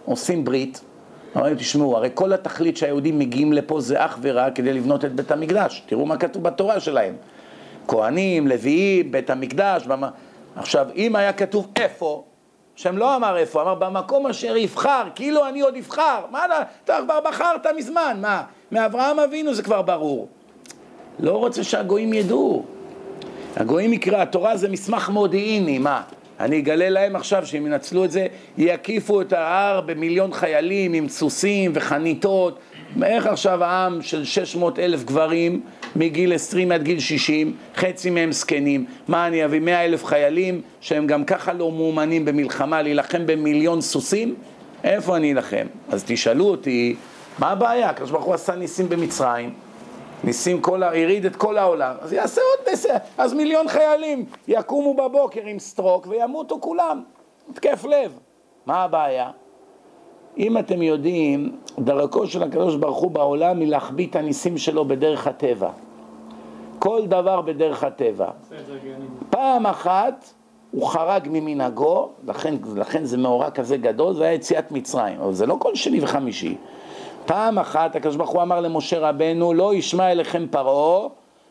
עושים ברית, אומרים, תשמעו, הרי כל התכלית שהיהודים מגיעים לפה זה אך ורק כדי לבנות את בית המקדש. תראו מה כתוב בתורה שלהם. כהנים, לוויים, בית המקדש. במה... עכשיו, אם היה כתוב איפה, שם לא אמר איפה, אמר במקום אשר יבחר, כאילו אני עוד יבחר. מה, אתה כבר בחרת מזמן, מה? מאברהם אבינו זה כבר ברור. לא רוצה שהגויים ידעו. הגויים יקרא, התורה זה מסמך מודיעיני, מה? אני אגלה להם עכשיו שהם ינצלו את זה, יקיפו את ההר במיליון חיילים עם סוסים וחניתות. איך עכשיו העם של שש מאות אלף גברים מגיל עשרים עד גיל שישים, חצי מהם סקנים, מה אני אביא מאה אלף חיילים שהם גם ככה לא מאומנים במלחמה להילחם במיליון סוסים? איפה אני אלחם? אז תשאלו אותי, מה הבעיה? הקדוש ברוך הוא עשה ניסים במצרים, ניסים כל, הריד את כל העולם, אז יעשה עוד ניסים, אז מיליון חיילים יקומו בבוקר עם סטרוק וימותו כולם, התקף לב. מה הבעיה? אם אתם יודעים, דרכו של הקדוש ברוך הוא בעולם היא להחביא את הניסים שלו בדרך הטבע. כל דבר בדרך הטבע. פעם אחת הוא חרג ממנהגו, לכן, לכן זה מאורע כזה גדול, זה היה יציאת מצרים, אבל זה לא כל שני וחמישי. פעם אחת הקדוש ברוך הוא אמר למשה רבנו, לא ישמע אליכם פרעה,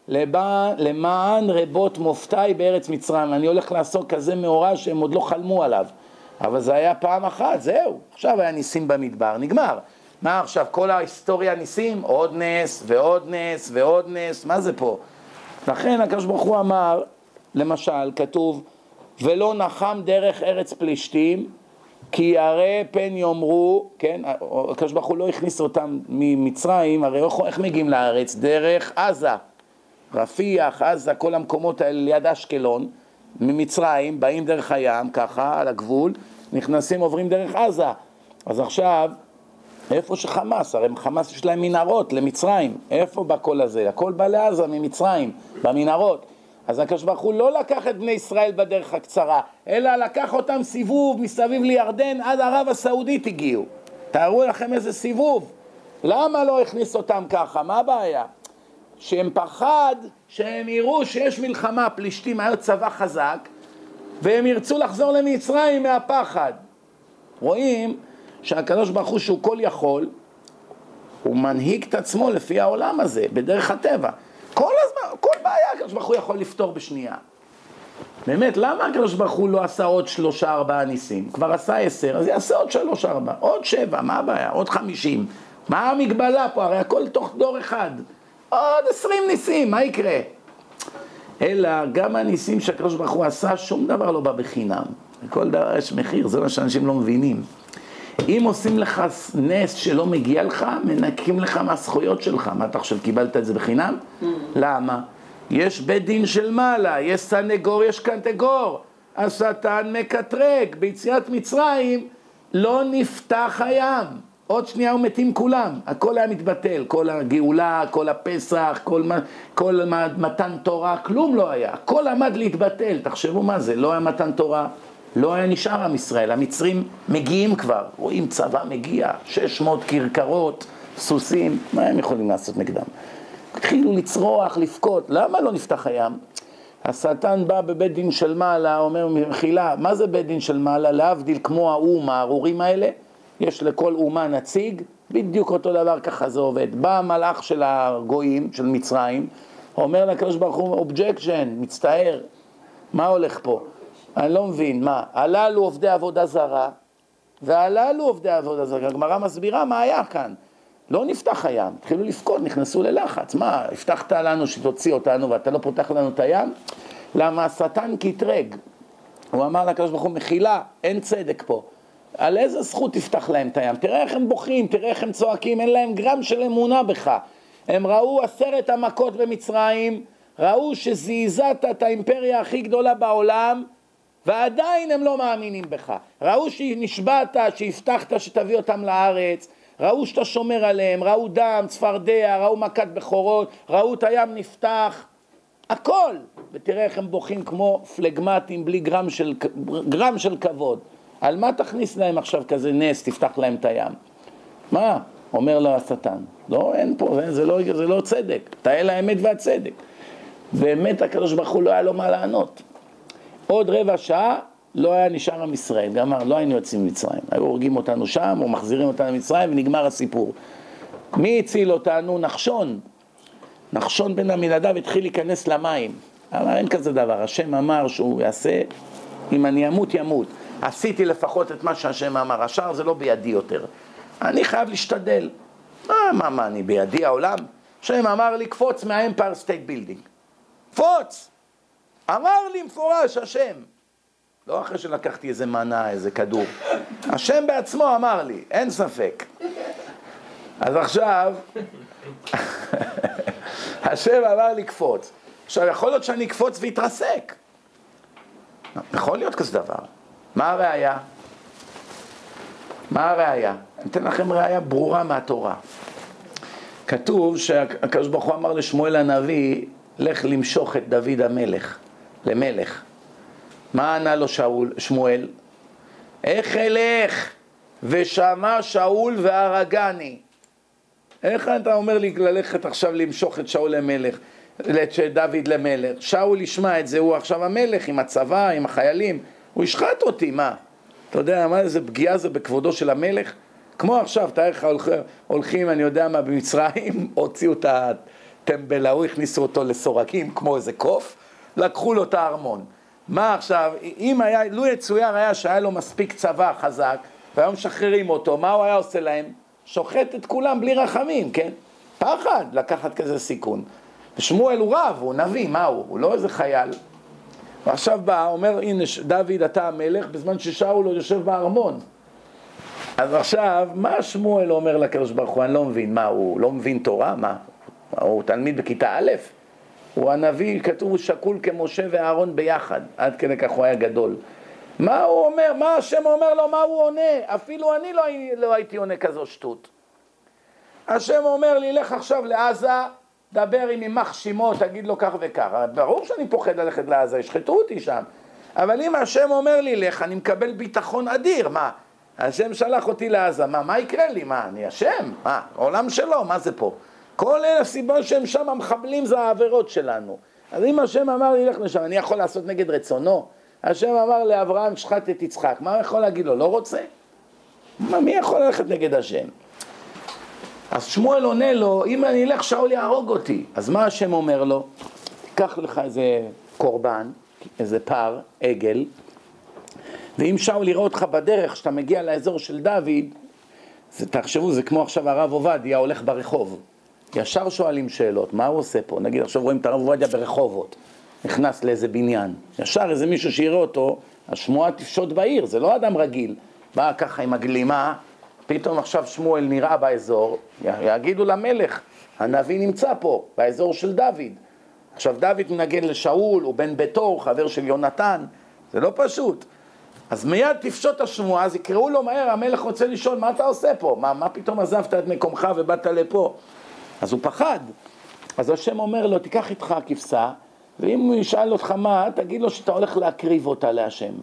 למען רבות מופתיי בארץ מצרים. אני הולך לעשות כזה מאורע שהם עוד לא חלמו עליו. אבל זה היה פעם אחת, זהו. עכשיו היה ניסים במדבר, נגמר. מה עכשיו, כל ההיסטוריה ניסים? עוד נס ועוד נס ועוד נס, מה זה פה? לכן הקדוש ברוך הוא אמר, למשל, כתוב, ולא נחם דרך ארץ פלישתים, כי ירא פן יאמרו, כן, הקדוש ברוך הוא לא הכניס אותם ממצרים, הרי איך מגיעים לארץ? דרך עזה, רפיח, עזה, כל המקומות האלה ליד אשקלון, ממצרים, באים דרך הים, ככה, על הגבול, נכנסים, עוברים דרך עזה. אז עכשיו, איפה שחמאס, הרי חמאס יש להם מנהרות למצרים, איפה בא כל הזה? הכל בא לעזה ממצרים, במנהרות. אז הקדוש ברוך הוא לא לקח את בני ישראל בדרך הקצרה, אלא לקח אותם סיבוב מסביב לירדן, עד ערב הסעודית הגיעו. תארו לכם איזה סיבוב. למה לא הכניס אותם ככה? מה הבעיה? שהם פחד שהם יראו שיש מלחמה, פלישתים היה צבא חזק, והם ירצו לחזור למצרים מהפחד. רואים שהקדוש ברוך הוא שהוא כל יכול, הוא מנהיג את עצמו לפי העולם הזה, בדרך הטבע. כל הזמן, כל בעיה הקדוש ברוך הוא יכול לפתור בשנייה. באמת, למה הקדוש ברוך הוא לא עשה עוד שלושה ארבעה ניסים? כבר עשה עשר, אז יעשה עוד שלוש ארבע, עוד שבע, מה הבעיה? עוד חמישים. מה המגבלה פה? הרי הכל תוך דור אחד. עוד עשרים ניסים, מה יקרה? אלא גם הניסים שהקדוש ברוך הוא עשה, שום דבר לא בא בחינם. כל דבר יש מחיר, זה מה שאנשים לא מבינים. אם עושים לך נס שלא מגיע לך, מנקים לך מהזכויות שלך. מה אתה חושב, קיבלת את זה בחינם? למה? יש בית דין של מעלה, יש סנגור, יש קנטגור. השטן מקטרג, ביציאת מצרים לא נפתח הים. עוד שנייה ומתים כולם, הכל היה מתבטל, כל הגאולה, כל הפסח, כל, כל מתן תורה, כלום לא היה, הכל עמד להתבטל. תחשבו מה זה, לא היה מתן תורה, לא היה נשאר עם ישראל, המצרים מגיעים כבר, רואים צבא מגיע, שש מאות כרכרות, סוסים, מה הם יכולים לעשות נגדם? התחילו לצרוח, לפקות, למה לא נפתח הים? השטן בא בבית דין של מעלה, אומר מחילה, מה זה בית דין של מעלה? להבדיל כמו האום, הארורים האלה, יש לכל אומה נציג, בדיוק אותו דבר ככה זה עובד. בא המלאך של הגויים, של מצרים, אומר לקדוש ברוך הוא, אובג'קשן, מצטער, מה הולך פה? אני לא מבין, מה? הללו עובדי עבודה זרה, והללו עובדי עבודה זרה. הגמרא מסבירה מה היה כאן. לא נפתח הים, התחילו לפקוד, נכנסו ללחץ. מה, הבטחת לנו שתוציא אותנו ואתה לא פותח לנו את הים? למה השטן קטרג? הוא אמר לקדוש ברוך הוא, מחילה, אין צדק פה. על איזה זכות תפתח להם את הים? תראה איך הם בוכים, תראה איך הם צועקים, אין להם גרם של אמונה בך. הם ראו עשרת המכות במצרים, ראו שזעזעת את האימפריה הכי גדולה בעולם, ועדיין הם לא מאמינים בך. ראו שנשבעת, שהבטחת שתביא אותם לארץ, ראו שאתה שומר עליהם, ראו דם, צפרדע, ראו מכת בכורות, ראו את הים נפתח, הכל. ותראה איך הם בוכים כמו פלגמטים, בלי גרם של, גרם של כבוד. על מה תכניס להם עכשיו כזה נס, תפתח להם את הים? מה? אומר לו השטן. לא, אין פה, זה, זה, לא, זה לא צדק. תהיה לאמת והצדק. באמת הקדוש ברוך הוא לא היה לו מה לענות. עוד רבע שעה, לא היה נשאר עם ישראל, גמר, לא היינו יוצאים ממצרים. היו הורגים אותנו שם, או מחזירים אותנו למצרים, ונגמר הסיפור. מי הציל אותנו? נחשון. נחשון בן עמינדב התחיל להיכנס למים. אבל אין כזה דבר, השם אמר שהוא יעשה, אם אני אמות, ימות. עשיתי לפחות את מה שהשם אמר, השאר זה לא בידי יותר. אני חייב להשתדל. מה, מה, מה, אני בידי העולם? השם אמר לי, קפוץ מהאמפייר סטייט בילדינג. קפוץ! אמר לי מפורש, השם. לא אחרי שלקחתי איזה מנה, איזה כדור. השם בעצמו אמר לי, אין ספק. אז עכשיו, השם אמר לי קפוץ. עכשיו, יכול להיות שאני אקפוץ ויתרסק. יכול להיות כזה דבר. מה הראיה? מה הראיה? אני אתן לכם ראיה ברורה מהתורה. כתוב שהקדוש ברוך הוא אמר לשמואל הנביא, לך למשוך את דוד המלך, למלך. מה ענה לו שאול, שמואל? איך אלך ושמע שאול והרגני? איך אתה אומר לי ללכת עכשיו למשוך את שאול למלך, את דוד למלך? שאול ישמע את זה, הוא עכשיו המלך עם הצבא, עם החיילים, הוא ישחט אותי, מה? אתה יודע מה זה פגיעה זה בכבודו של המלך? כמו עכשיו, תאר לך הולכים, אני יודע מה, במצרים, הוציאו את הטמבל ההוא, הכניסו אותו לסורקים, כמו איזה קוף, לקחו לו את הארמון. מה עכשיו, אם היה, לו יצויר היה שהיה לו מספיק צבא חזק, והיום משחררים אותו, מה הוא היה עושה להם? שוחט את כולם בלי רחמים, כן? פחד לקחת כזה סיכון. ושמואל הוא רב, הוא נביא, מה הוא? הוא לא איזה חייל. ועכשיו בא, אומר, הנה דוד אתה המלך, בזמן ששאול הוא יושב בארמון. אז עכשיו, מה שמואל אומר לקדוש ברוך הוא? אני לא מבין, מה הוא לא מבין תורה? מה? הוא תלמיד בכיתה א'? הוא הנביא, כתוב, הוא שקול כמשה ואהרון ביחד, עד כדי כך הוא היה גדול. מה הוא אומר? מה השם אומר לו? מה הוא עונה? אפילו אני לא, לא הייתי עונה כזו שטות. השם אומר לי, לך עכשיו לעזה, דבר עם ימח שימו, תגיד לו כך וכך. ברור שאני פוחד ללכת לעזה, ישחטו אותי שם. אבל אם השם אומר לי, לך, אני מקבל ביטחון אדיר. מה? השם שלח אותי לעזה, מה? מה יקרה לי? מה? אני השם? מה? העולם שלו, מה זה פה? כל אלה הסיבה שהם שם המחבלים זה העבירות שלנו. אז אם השם אמר לי, לך לשם, אני יכול לעשות נגד רצונו? השם אמר לאברהם, שחט את יצחק. מה הוא יכול להגיד לו? לא רוצה? מה, מי יכול ללכת נגד השם? אז שמואל עונה לו, אם אני אלך שאול יהרוג אותי. אז מה השם אומר לו? תיקח לך איזה קורבן, איזה פר, עגל, ואם שאול יראה אותך בדרך, שאתה מגיע לאזור של דוד, זה, תחשבו, זה כמו עכשיו הרב עובדיה הולך ברחוב. ישר שואלים שאלות, מה הוא עושה פה? נגיד, עכשיו רואים את הרב עובדיה ברחובות, נכנס לאיזה בניין. ישר איזה מישהו שיראה אותו, השמועה תפשוט בעיר, זה לא אדם רגיל. בא ככה עם הגלימה, פתאום עכשיו שמואל נראה באזור, יגידו למלך, הנביא נמצא פה, באזור של דוד. עכשיו דוד מנגן לשאול, הוא בן ביתו, הוא חבר של יונתן, זה לא פשוט. אז מיד תפשוט השמועה, אז יקראו לו מהר, המלך רוצה לשאול, מה אתה עושה פה? מה, מה פתאום עזבת את מקומך ובאת לפה? אז הוא פחד. אז השם אומר לו, תיקח איתך הכבשה, ואם הוא ישאל אותך מה, תגיד לו שאתה הולך להקריב אותה להשם.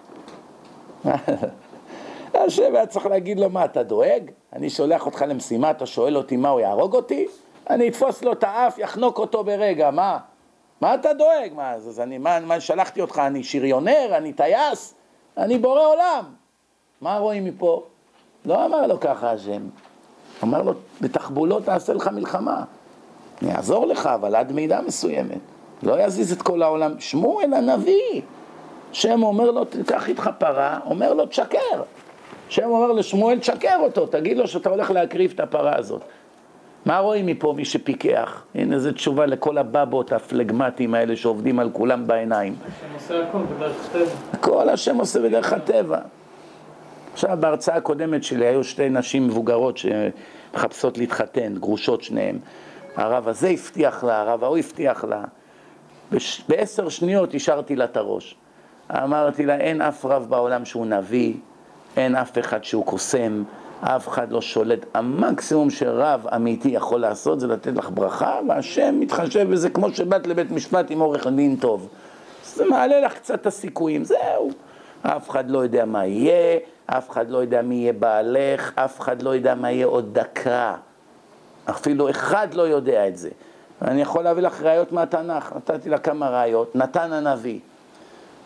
השם היה צריך להגיד לו, מה, אתה דואג? אני שולח אותך למשימה, אתה שואל אותי מה, הוא יהרוג אותי? אני אתפוס לו את האף, יחנוק אותו ברגע, מה? מה אתה דואג? מה, אז אני, מה, מה שלחתי אותך? אני שריונר, אני טייס, אני בורא עולם. מה רואים מפה? לא אמר לו ככה השם. אמר לו, בתחבולות תעשה לך מלחמה. אני אעזור לך, אבל עד מידה מסוימת. לא יזיז את כל העולם. שמואל הנביא. שם אומר לו, תיקח איתך פרה, אומר לו, תשקר. שם אומר לשמואל, תשקר אותו, תגיד לו שאתה הולך להקריב את הפרה הזאת. מה רואים מפה מי שפיקח? הנה זו תשובה לכל הבבות הפלגמטיים האלה שעובדים על כולם בעיניים. השם עושה הכל בדרך הטבע. הכל השם עושה בדרך הטבע. עכשיו בהרצאה הקודמת שלי היו שתי נשים מבוגרות שמחפשות להתחתן, גרושות שניהם. הרב הזה הבטיח לה, הרב ההוא הבטיח לה. בש... בעשר שניות השארתי לה את הראש. אמרתי לה, אין אף רב בעולם שהוא נביא, אין אף אחד שהוא קוסם, אף אחד לא שולט. המקסימום שרב אמיתי יכול לעשות זה לתת לך ברכה, והשם מתחשב בזה כמו שבאת לבית משפט עם עורך דין טוב. זה מעלה לך קצת את הסיכויים, זהו. אף אחד לא יודע מה יהיה, אף אחד לא יודע מי יהיה בעלך, אף אחד לא יודע מה יהיה עוד דקה. אפילו אחד לא יודע את זה. אני יכול להביא לך ראיות מהתנ"ך, נתתי לה כמה ראיות. נתן הנביא,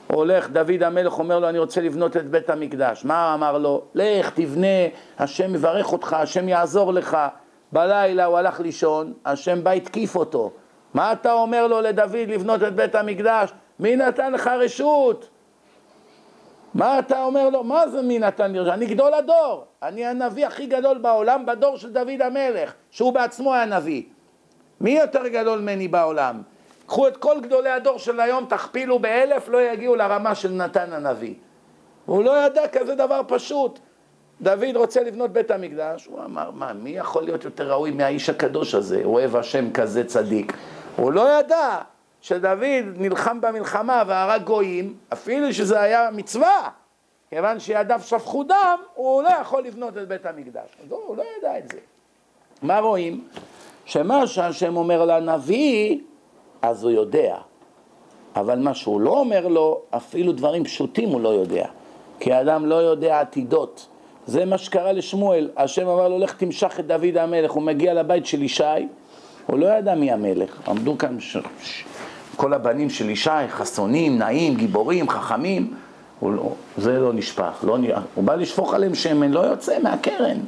הולך, דוד המלך אומר לו, אני רוצה לבנות את בית המקדש. מה אמר לו? לך, תבנה, השם מברך אותך, השם יעזור לך. בלילה הוא הלך לישון, השם בא התקיף אותו. מה אתה אומר לו לדוד לבנות את בית המקדש? מי נתן לך רשות? מה אתה אומר לו? מה זה מי נתן לי רשות? אני גדול הדור, אני הנביא הכי גדול בעולם בדור של דוד המלך, שהוא בעצמו היה נביא. מי יותר גדול ממני בעולם? קחו את כל גדולי הדור של היום, תכפילו באלף, לא יגיעו לרמה של נתן הנביא. הוא לא ידע כזה דבר פשוט. דוד רוצה לבנות בית המקדש, הוא אמר, מה, מי יכול להיות יותר ראוי מהאיש הקדוש הזה, אוהב השם כזה צדיק? הוא לא ידע שדוד נלחם במלחמה והרג גויים, אפילו שזה היה מצווה, כיוון שידיו שפכו דם, הוא לא יכול לבנות את בית המקדש. אז הוא לא ידע את זה. מה רואים? שמה שהשם אומר לנביא, אז הוא יודע. אבל מה שהוא לא אומר לו, אפילו דברים פשוטים הוא לא יודע. כי האדם לא יודע עתידות. זה מה שקרה לשמואל. השם אמר לו, לך תמשך את דוד המלך. הוא מגיע לבית של ישי, הוא לא ידע מי המלך. עמדו כאן ש... ש... כל הבנים של ישי, חסונים, נעים, גיבורים, חכמים. הוא לא... זה לא נשפך. לא... הוא בא לשפוך עליהם שמן, לא יוצא מהקרן.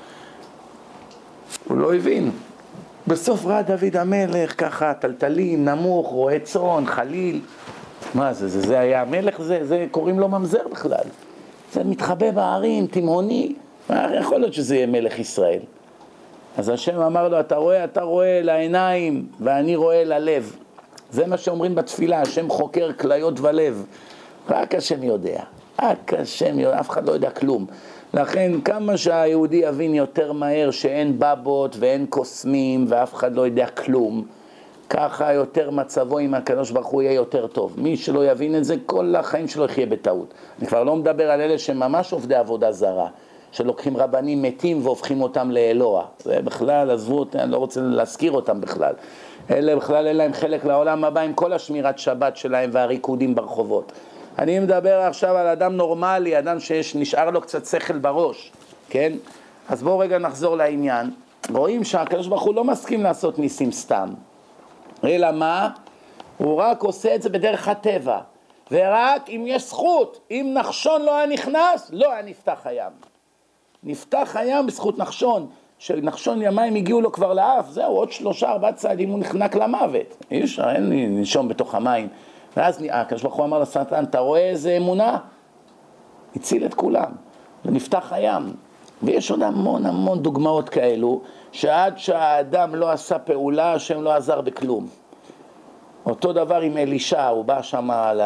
הוא לא הבין. בסוף ראה דוד המלך ככה, טלטלים, נמוך, רועה צאן, חליל. מה זה, זה, זה היה המלך, זה, זה קוראים לו ממזר בכלל. זה מתחבא בערים, תימהוני. מה, יכול להיות שזה יהיה מלך ישראל. אז השם אמר לו, אתה רואה, אתה רואה לעיניים, ואני רואה ללב. זה מה שאומרים בתפילה, השם חוקר כליות ולב. רק השם יודע. רק השם יודע, אף אחד לא יודע כלום. לכן כמה שהיהודי יבין יותר מהר שאין בבות ואין קוסמים ואף אחד לא יודע כלום, ככה יותר מצבו עם הקדוש ברוך הוא יהיה יותר טוב. מי שלא יבין את זה, כל החיים שלו יחיה בטעות. אני כבר לא מדבר על אלה שממש עובדי עבודה זרה, שלוקחים רבנים מתים והופכים אותם לאלוה. זה בכלל, עזבו אותם, אני לא רוצה להזכיר אותם בכלל. אלה בכלל אין להם חלק לעולם הבא עם כל השמירת שבת שלהם והריקודים ברחובות. אני מדבר עכשיו על אדם נורמלי, אדם שנשאר לו קצת שכל בראש, כן? אז בואו רגע נחזור לעניין. רואים שהקדוש ברוך הוא לא מסכים לעשות ניסים סתם. אלא מה? הוא רק עושה את זה בדרך הטבע. ורק אם יש זכות, אם נחשון לא היה נכנס, לא היה נפתח הים. נפתח הים בזכות נחשון. שנחשון ימיים הגיעו לו כבר לאף, זהו, עוד שלושה, ארבעה צעדים הוא נחנק למוות. איש, אין לי נשום בתוך המים. ואז הקדוש ברוך הוא אמר לשטן, אתה רואה איזה אמונה? הציל את כולם, ונפתח הים. ויש עוד המון המון דוגמאות כאלו, שעד שהאדם לא עשה פעולה, השם לא עזר בכלום. אותו דבר עם אלישע, הוא בא שם על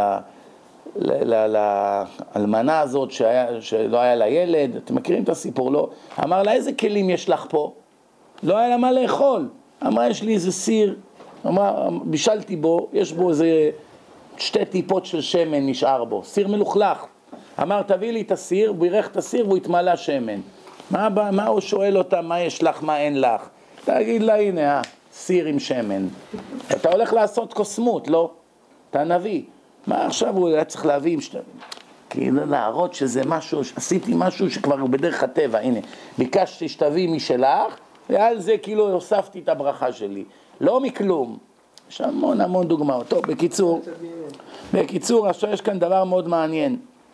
האלמנה הזאת שהיה, שלא היה לה ילד, אתם מכירים את הסיפור, לא? אמר לה, איזה כלים יש לך פה? לא היה לה מה לאכול. אמרה, יש לי איזה סיר, אמר, בישלתי בו, יש בו איזה שתי טיפות של שמן נשאר בו, סיר מלוכלך. אמר, תביא לי את הסיר, הוא ירח את הסיר והוא התמלא שמן. מה, מה הוא שואל אותה, מה יש לך, מה אין לך? תגיד לה, הנה, אה, סיר עם שמן. אתה הולך לעשות קוסמות, לא? אתה נביא. מה עכשיו הוא היה צריך להביא עם שתי... כאילו להראות שזה משהו, עשיתי משהו שכבר הוא בדרך הטבע, הנה, ביקשתי שתביא משלך, ועל זה כאילו הוספתי את הברכה שלי. לא מכלום. יש המון המון דוגמאות. טוב, בקיצור, בקיצור, עכשיו יש כאן דבר מאוד מעניין.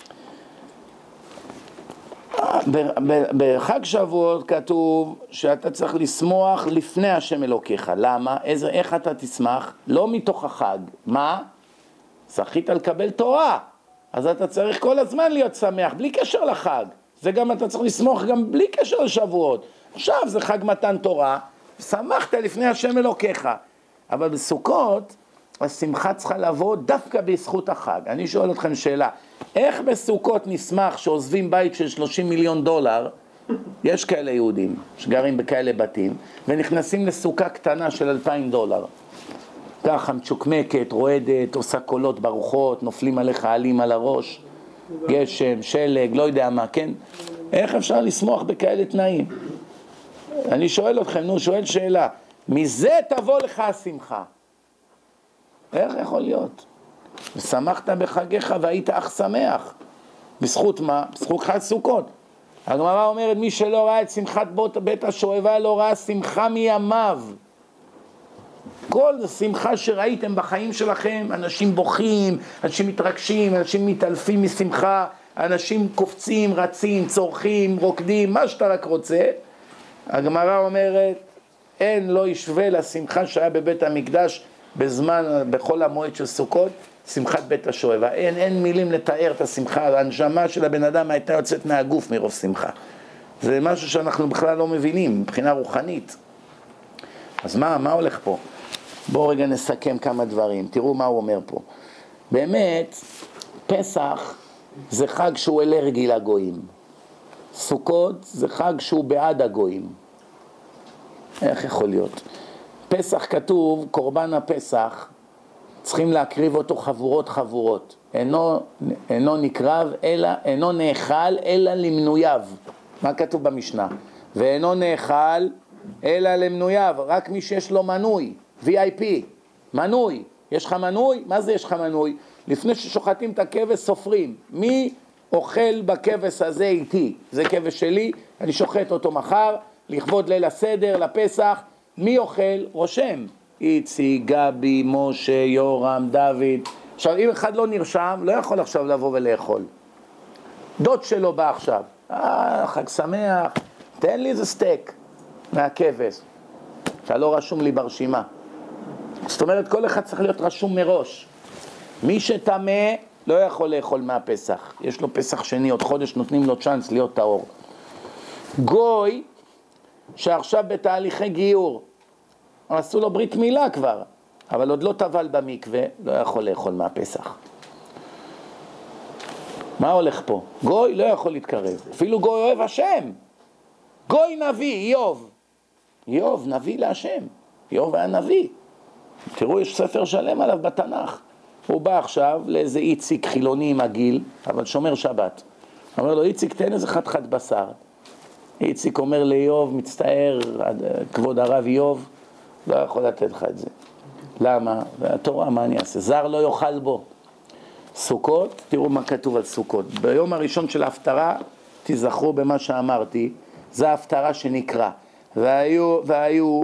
בחג שבועות כתוב שאתה צריך לשמוח לפני השם אלוקיך. למה? איזה, איך אתה תשמח? לא מתוך החג. מה? זכית לקבל תורה. אז אתה צריך כל הזמן להיות שמח, בלי קשר לחג. זה גם אתה צריך לשמוח גם בלי קשר לשבועות. עכשיו זה חג מתן תורה, שמחת לפני השם אלוקיך. אבל בסוכות, השמחה צריכה לבוא דווקא בזכות החג. אני שואל אתכם שאלה, איך בסוכות נשמח שעוזבים בית של שלושים מיליון דולר, יש כאלה יהודים שגרים בכאלה בתים, ונכנסים לסוכה קטנה של אלפיים דולר. ככה מצ'וקמקת, רועדת, עושה קולות ברוחות, נופלים עליך עלים על הראש, גשם, שלג, לא יודע מה, כן? איך אפשר לשמוח בכאלה תנאים? אני שואל אתכם, נו, שואל שאלה, מזה תבוא לך השמחה. איך יכול להיות? ושמחת בחגיך והיית אך שמח. בזכות מה? בזכות חג סוכות. הגמרא אומרת, מי שלא ראה את שמחת בית השואבה, לא ראה שמחה מימיו. כל שמחה שראיתם בחיים שלכם, אנשים בוכים, אנשים מתרגשים, אנשים מתעלפים משמחה, אנשים קופצים, רצים, צורכים, רוקדים, מה שאתה רק רוצה. הגמרא אומרת, אין לא ישווה לשמחה שהיה בבית המקדש בזמן, בכל המועד של סוכות, שמחת בית השואבה. אין, אין מילים לתאר את השמחה, ההנשמה של הבן אדם הייתה יוצאת מהגוף מרוב שמחה. זה משהו שאנחנו בכלל לא מבינים, מבחינה רוחנית. אז מה, מה הולך פה? בואו רגע נסכם כמה דברים, תראו מה הוא אומר פה. באמת, פסח זה חג שהוא אלרגי לגויים. סוכות זה חג שהוא בעד הגויים. איך יכול להיות? פסח כתוב, קורבן הפסח, צריכים להקריב אותו חבורות חבורות. אינו, אינו נקרב, אלא, אינו נאכל, אלא למנוייו. מה כתוב במשנה? ואינו נאכל, אלא למנוייו. רק מי שיש לו מנוי, וי איי פי, מנוי. יש לך מנוי? מה זה יש לך מנוי? לפני ששוחטים את הכבש סופרים. מי אוכל בכבש הזה איתי? זה כבש שלי, אני שוחט אותו מחר, לכבוד ליל הסדר, לפסח. מי אוכל? רושם. איצי, גבי, משה, יורם, דוד. עכשיו, אם אחד לא נרשם, לא יכול עכשיו לבוא ולאכול. דוד שלו בא עכשיו. אה, חג שמח, תן לי איזה סטייק מהכבש. שלא רשום לי ברשימה. זאת אומרת, כל אחד צריך להיות רשום מראש. מי שטמא לא יכול לאכול מהפסח. יש לו פסח שני, עוד חודש נותנים לו צ'אנס להיות טהור. גוי, שעכשיו בתהליכי גיור, עשו לו ברית מילה כבר, אבל עוד לא טבל במקווה, לא יכול לאכול מהפסח. מה הולך פה? גוי לא יכול להתקרב, אפילו גוי אוהב השם. גוי נביא, איוב. איוב, נביא להשם. איוב היה נביא. תראו, יש ספר שלם עליו בתנ"ך. הוא בא עכשיו לאיזה איציק חילוני מגיל, אבל שומר שבת. אומר לו, איציק, תן איזה חתיכת בשר. איציק אומר לאיוב, מצטער, כבוד הרב איוב, לא יכול לתת לך את זה. למה? והתורה, מה אני אעשה? זר לא יאכל בו. סוכות, תראו מה כתוב על סוכות. ביום הראשון של ההפטרה, תזכרו במה שאמרתי, זה ההפטרה שנקרא. והיו, והיו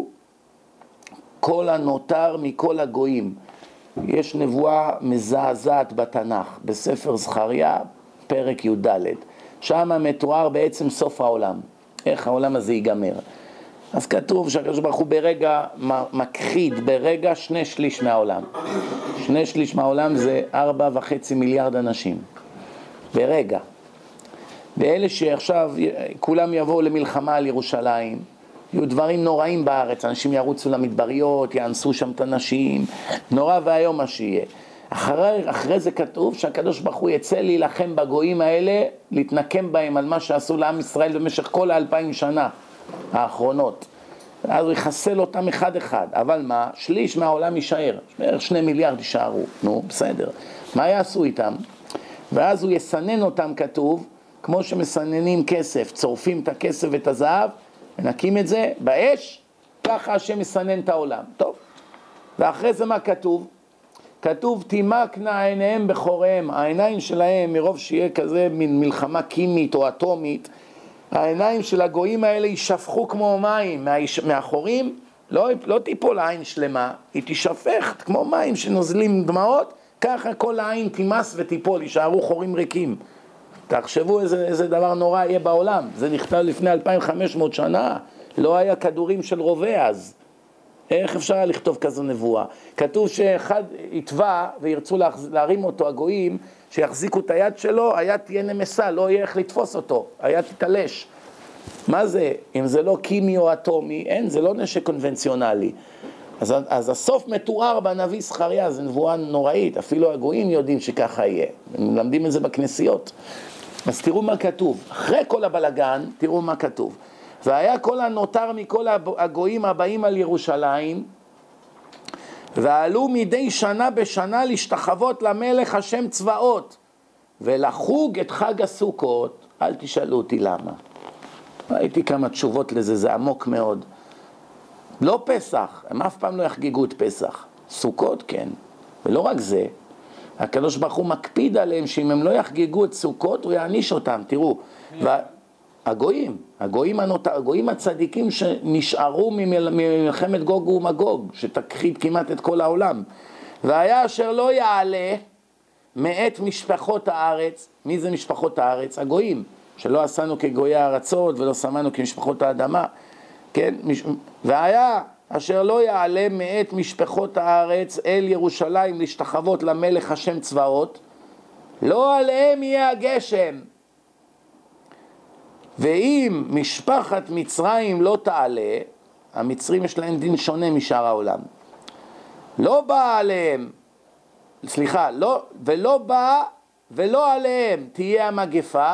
כל הנותר מכל הגויים. יש נבואה מזעזעת בתנ"ך, בספר זכריה, פרק י"ד. שם מתואר בעצם סוף העולם. איך העולם הזה ייגמר. אז כתוב שהקדוש ברוך הוא ברגע מכחיד, ברגע שני שליש מהעולם. שני שליש מהעולם זה ארבע וחצי מיליארד אנשים. ברגע. ואלה שעכשיו כולם יבואו למלחמה על ירושלים, יהיו דברים נוראים בארץ, אנשים ירוצו למדבריות, יאנסו שם את הנשים, נורא והיום מה שיהיה. אחרי, אחרי זה כתוב שהקדוש ברוך הוא יצא להילחם בגויים האלה, להתנקם בהם על מה שעשו לעם ישראל במשך כל האלפיים שנה האחרונות. אז הוא יחסל אותם אחד אחד, אבל מה? שליש מהעולם יישאר, בערך שני מיליארד יישארו, נו בסדר. מה יעשו איתם? ואז הוא יסנן אותם, כתוב, כמו שמסננים כסף, צורפים את הכסף ואת הזהב, ונקים את זה באש, ככה השם מסנן את העולם. טוב, ואחרי זה מה כתוב? כתוב, תימקנה עיניהם בחוריהם, העיניים שלהם, מרוב שיהיה כזה מין מלחמה קימית או אטומית, העיניים של הגויים האלה יישפכו כמו מים, מהחורים, לא, לא תיפול העין שלמה, היא תישפך כמו מים שנוזלים דמעות, ככה כל העין תימס ותיפול, יישארו חורים ריקים. תחשבו איזה, איזה דבר נורא יהיה בעולם, זה נכתב לפני אלפיים וחמש מאות שנה, לא היה כדורים של רובה אז. איך אפשר לכתוב כזו נבואה? כתוב שאחד יתבע וירצו להרים אותו הגויים, שיחזיקו את היד שלו, היד תהיה נמסה, לא יהיה איך לתפוס אותו, היד תתלש. מה זה? אם זה לא קימי או אטומי, אין, זה לא נשק קונבנציונלי. אז, אז הסוף מתואר בנביא זכריה, זה נבואה נוראית, אפילו הגויים יודעים שככה יהיה, הם מלמדים את זה בכנסיות. אז תראו מה כתוב, אחרי כל הבלגן, תראו מה כתוב. והיה כל הנותר מכל הגויים הבאים על ירושלים, ועלו מדי שנה בשנה להשתחוות למלך השם צבאות, ולחוג את חג הסוכות. אל תשאלו אותי למה. ראיתי כמה תשובות לזה, זה עמוק מאוד. לא פסח, הם אף פעם לא יחגגו את פסח. סוכות כן. ולא רק זה, הקדוש ברוך הוא מקפיד עליהם שאם הם לא יחגגו את סוכות, הוא יעניש אותם. תראו, ו... הגויים, הגויים, הנות... הגויים הצדיקים שנשארו ממלחמת גוג ומגוג, שתכחיד כמעט את כל העולם. והיה אשר לא יעלה מאת משפחות הארץ. מי זה משפחות הארץ? הגויים, שלא עשינו כגויי הארצות ולא שמענו כמשפחות האדמה, כן? והיה אשר לא יעלה מאת משפחות הארץ אל ירושלים להשתחוות למלך השם צבאות, לא עליהם יהיה הגשם. ואם משפחת מצרים לא תעלה, המצרים יש להם דין שונה משאר העולם, לא בא עליהם, סליחה, לא, ולא בא ולא עליהם תהיה המגפה,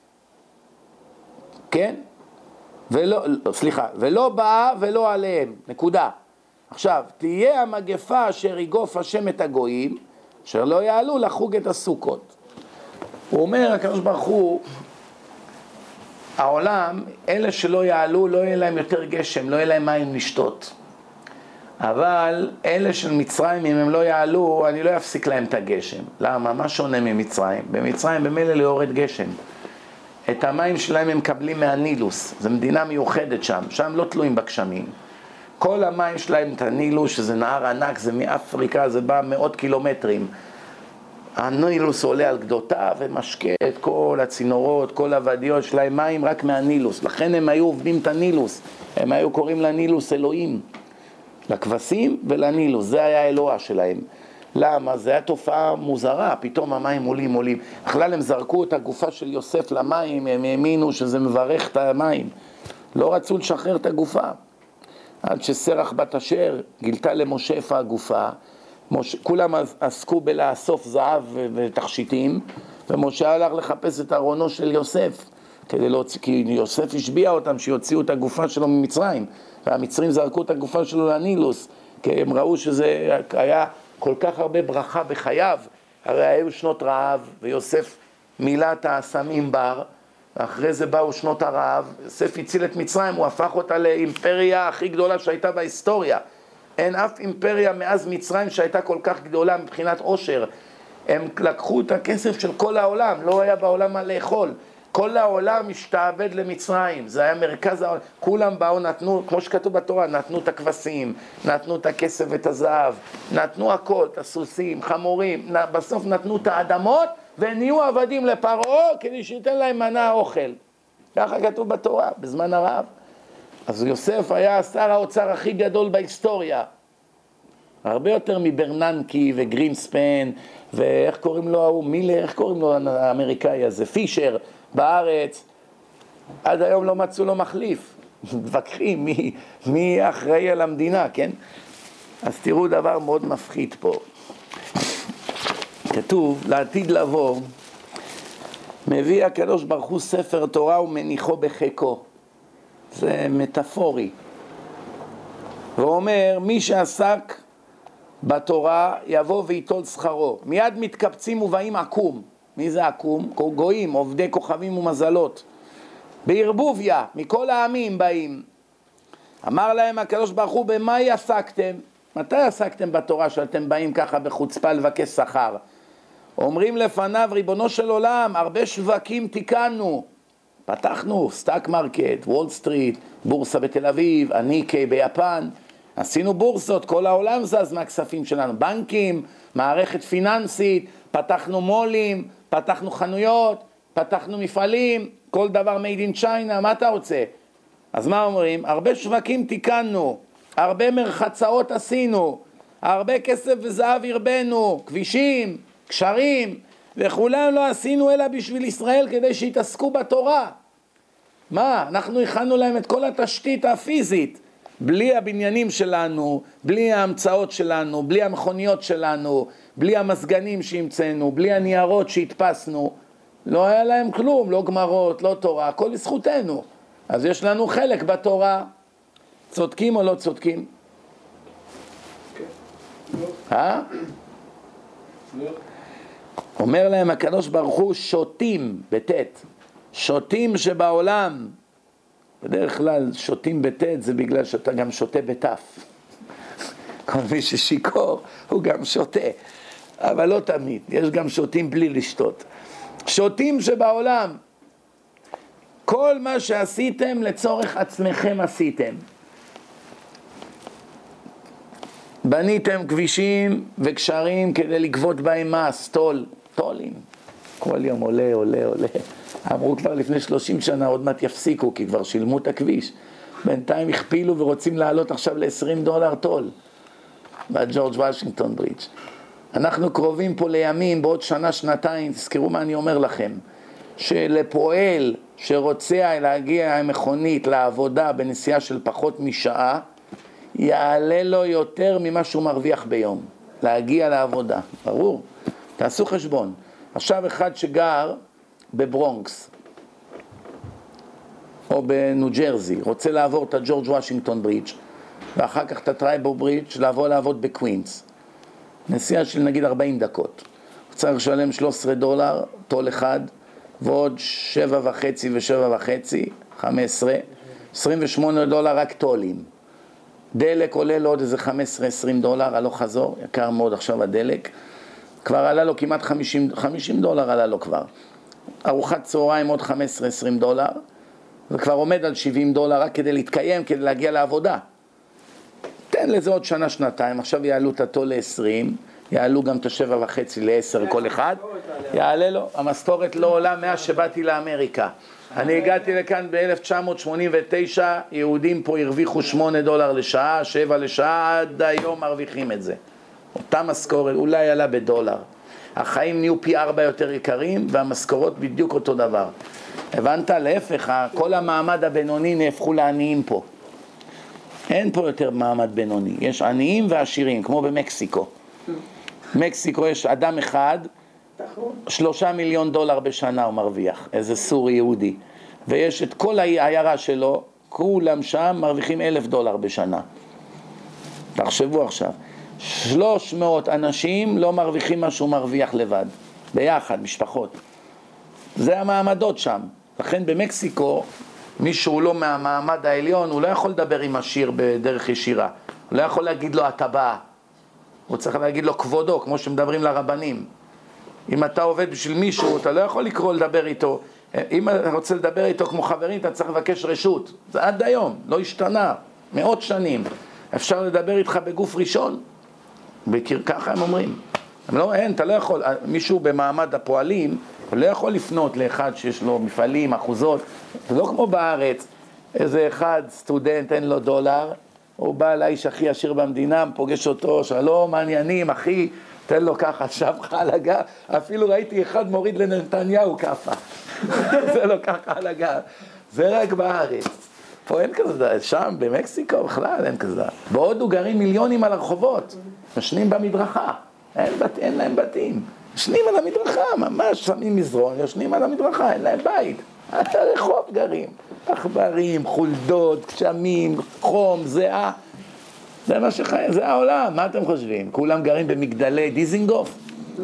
כן? ולא, סליחה, ולא בא ולא עליהם, נקודה. עכשיו, תהיה המגפה אשר יגוף השם את הגויים, אשר לא יעלו לחוג את הסוכות. הוא אומר, הקדוש ברוך הוא, העולם, אלה שלא יעלו, לא יהיה להם יותר גשם, לא יהיה להם מים לשתות. אבל אלה של מצרים, אם הם לא יעלו, אני לא אפסיק להם את הגשם. למה? מה שונה ממצרים? במצרים במילא לא יורד גשם. את המים שלהם הם מקבלים מהנילוס, זו מדינה מיוחדת שם, שם לא תלויים בגשמים. כל המים שלהם את הנילוס, שזה נהר ענק, זה מאפריקה, זה בא מאות קילומטרים. הנילוס עולה על גדותיו ומשקה את כל הצינורות, כל הוודיות שלהם מים רק מהנילוס. לכן הם היו עובדים את הנילוס, הם היו קוראים לנילוס אלוהים, לכבשים ולנילוס, זה היה האלוה שלהם. למה? זה היה תופעה מוזרה, פתאום המים עולים עולים. בכלל הם זרקו את הגופה של יוסף למים, הם האמינו שזה מברך את המים. לא רצו לשחרר את הגופה. עד שסרח בת אשר גילתה למשה איפה הגופה, מש... כולם עסקו בלאסוף זהב ותכשיטים, ומשה הלך לחפש את ארונו של יוסף, כדי להוציא, כי יוסף השביע אותם שיוציאו את הגופה שלו ממצרים, והמצרים זרקו את הגופה שלו לנילוס, כי הם ראו שזה היה כל כך הרבה ברכה בחייו, הרי היו שנות רעב, ויוסף מילא את האסמים בר, ואחרי זה באו שנות הרעב, יוסף הציל את מצרים, הוא הפך אותה לאימפריה הכי גדולה שהייתה בהיסטוריה. אין אף אימפריה מאז מצרים שהייתה כל כך גדולה מבחינת עושר. הם לקחו את הכסף של כל העולם, לא היה בעולם מה לאכול. כל העולם השתעבד למצרים, זה היה מרכז העולם. כולם באו, נתנו, כמו שכתוב בתורה, נתנו את הכבשים, נתנו את הכסף ואת הזהב, נתנו הכל, את הסוסים, חמורים, בסוף נתנו את האדמות, ונהיו עבדים לפרעה כדי שייתן להם מנה אוכל. ככה כתוב בתורה, בזמן הרעב. אז יוסף היה שר האוצר הכי גדול בהיסטוריה. הרבה יותר מברננקי וגרינספן, ואיך קוראים לו ההוא, מילר, איך קוראים לו האמריקאי הזה, פישר, בארץ. עד היום לא מצאו לו מחליף. מתווכחים מי, מי אחראי על המדינה, כן? אז תראו דבר מאוד מפחיד פה. כתוב, לעתיד לבוא, מביא הקדוש ברוך הוא ספר תורה ומניחו בחיקו. זה מטאפורי. והוא אומר, מי שעסק בתורה יבוא ויטול שכרו. מיד מתקבצים ובאים עקום. מי זה עקום? גויים, עובדי כוכבים ומזלות. בערבוביה, מכל העמים באים. אמר להם הקדוש ברוך הוא, במה עסקתם? מתי עסקתם בתורה שאתם באים ככה בחוצפה לבקש שכר? אומרים לפניו, ריבונו של עולם, הרבה שווקים תיקנו. פתחנו סטאק מרקט, וול סטריט, בורסה בתל אביב, הניקי ביפן. עשינו בורסות, כל העולם זז מהכספים שלנו. בנקים, מערכת פיננסית, פתחנו מולים, פתחנו חנויות, פתחנו מפעלים, כל דבר made in China, מה אתה רוצה? אז מה אומרים? הרבה שווקים תיקנו, הרבה מרחצאות עשינו, הרבה כסף וזהב הרבנו, כבישים, קשרים, וכולם לא עשינו אלא בשביל ישראל כדי שיתעסקו בתורה. מה? אנחנו הכנו להם את כל התשתית הפיזית, בלי הבניינים שלנו, בלי ההמצאות שלנו, בלי המכוניות שלנו, בלי המסגנים שהמצאנו, בלי הניירות שהדפסנו, לא היה להם כלום, לא גמרות, לא תורה, הכל לזכותנו. אז יש לנו חלק בתורה. צודקים או לא צודקים? אה? אומר להם הקדוש ברוך הוא, שותים בתת, שותים שבעולם, בדרך כלל שותים בתת זה בגלל שאתה גם שותה בתף. כל מי ששיקור הוא גם שותה, אבל לא תמיד, יש גם שותים בלי לשתות. שותים שבעולם, כל מה שעשיתם לצורך עצמכם עשיתם. בניתם כבישים וקשרים כדי לגבות בהם מס, טול, טולים. כל יום עולה, עולה, עולה. אמרו כבר לפני שלושים שנה, עוד מעט יפסיקו, כי כבר שילמו את הכביש. בינתיים הכפילו ורוצים לעלות עכשיו ל-עשרים דולר טול. בג'ורג' וושינגטון ברידג'. אנחנו קרובים פה לימים, בעוד שנה, שנתיים, תזכרו מה אני אומר לכם, שלפועל שרוצה להגיע עם מכונית לעבודה בנסיעה של פחות משעה, יעלה לו יותר ממה שהוא מרוויח ביום, להגיע לעבודה, ברור? תעשו חשבון. עכשיו אחד שגר בברונקס, או בניו ג'רזי, רוצה לעבור את הג'ורג' וושינגטון ברידג', ואחר כך את הטרייבו ברידג', לעבור לעבוד בקווינס. נסיעה של נגיד ארבעים דקות. הוא צריך לשלם שלושה עשר דולר, טול אחד, ועוד שבע וחצי ושבע וחצי, חמש עשרה, עשרים ושמונה דולר רק טולים. דלק עולה לו עוד איזה חמש עשרה עשרים דולר, הלוך חזור, יקר מאוד עכשיו הדלק. כבר עלה לו כמעט חמישים, חמישים דולר עלה לו כבר. ארוחת צהריים עוד חמש עשרה עשרים דולר, וכבר עומד על שבעים דולר רק כדי להתקיים, כדי להגיע לעבודה. תן לזה עוד שנה, שנתיים, עכשיו יעלו את הטול ל-עשרים, יעלו גם את השבע וחצי ל-עשר כל אחד, יעלה לו, המשכורת לא עולה מאז שבאתי לאמריקה. אני הגעתי לכאן ב-אלף תשע מאות שמונים ותשע, יהודים פה הרוויחו שמונה דולר לשעה, שבע לשעה, עד היום מרוויחים את זה. אותה משכורת, אולי עלה בדולר. החיים נהיו פי ארבע יותר יקרים, והמשכורות בדיוק אותו דבר. הבנת? להפך, כל המעמד הבינוני נהפכו לעניים פה. אין פה יותר מעמד בינוני, יש עניים ועשירים, כמו במקסיקו. מקסיקו יש אדם אחד, שלושה מיליון דולר בשנה הוא מרוויח, איזה סורי יהודי. ויש את כל העיירה שלו, כולם שם מרוויחים אלף דולר בשנה. תחשבו עכשיו, שלוש מאות אנשים לא מרוויחים מה שהוא מרוויח לבד, ביחד, משפחות. זה המעמדות שם. לכן במקסיקו, מישהו לא מהמעמד העליון, הוא לא יכול לדבר עם עשיר בדרך ישירה. הוא לא יכול להגיד לו אתה בא. הוא צריך להגיד לו כבודו, כמו שמדברים לרבנים. אם אתה עובד בשביל מישהו, אתה לא יכול לקרוא לדבר איתו. אם אתה רוצה לדבר איתו כמו חברים, אתה צריך לבקש רשות. זה עד היום, לא השתנה, מאות שנים. אפשר לדבר איתך בגוף ראשון. בקיר, ככה הם אומרים. הם לא, אין, אתה לא יכול, מישהו במעמד הפועלים, הוא לא יכול לפנות לאחד שיש לו מפעלים, אחוזות. זה לא כמו בארץ, איזה אחד סטודנט אין לו דולר, הוא בא לאיש הכי עשיר במדינה, פוגש אותו, שלום, מעניינים, אחי, תן לו ככה, שבך על הגב, אפילו ראיתי אחד מוריד לנתניהו כפה, זה לא ככה על הגב, זה רק בארץ. פה אין כזה, שם במקסיקו בכלל אין כזה. בהודו גרים מיליונים על הרחובות, ישנים במדרכה, אין, בת, אין להם בתים, ישנים על המדרכה, ממש שמים מזרון, ישנים על המדרכה, אין להם בית, הרחוב גרים, עכברים, חולדות, גשמים, חום, זהה, זה מה שחיים, זה העולם, מה אתם חושבים? כולם גרים במגדלי דיזינגוף?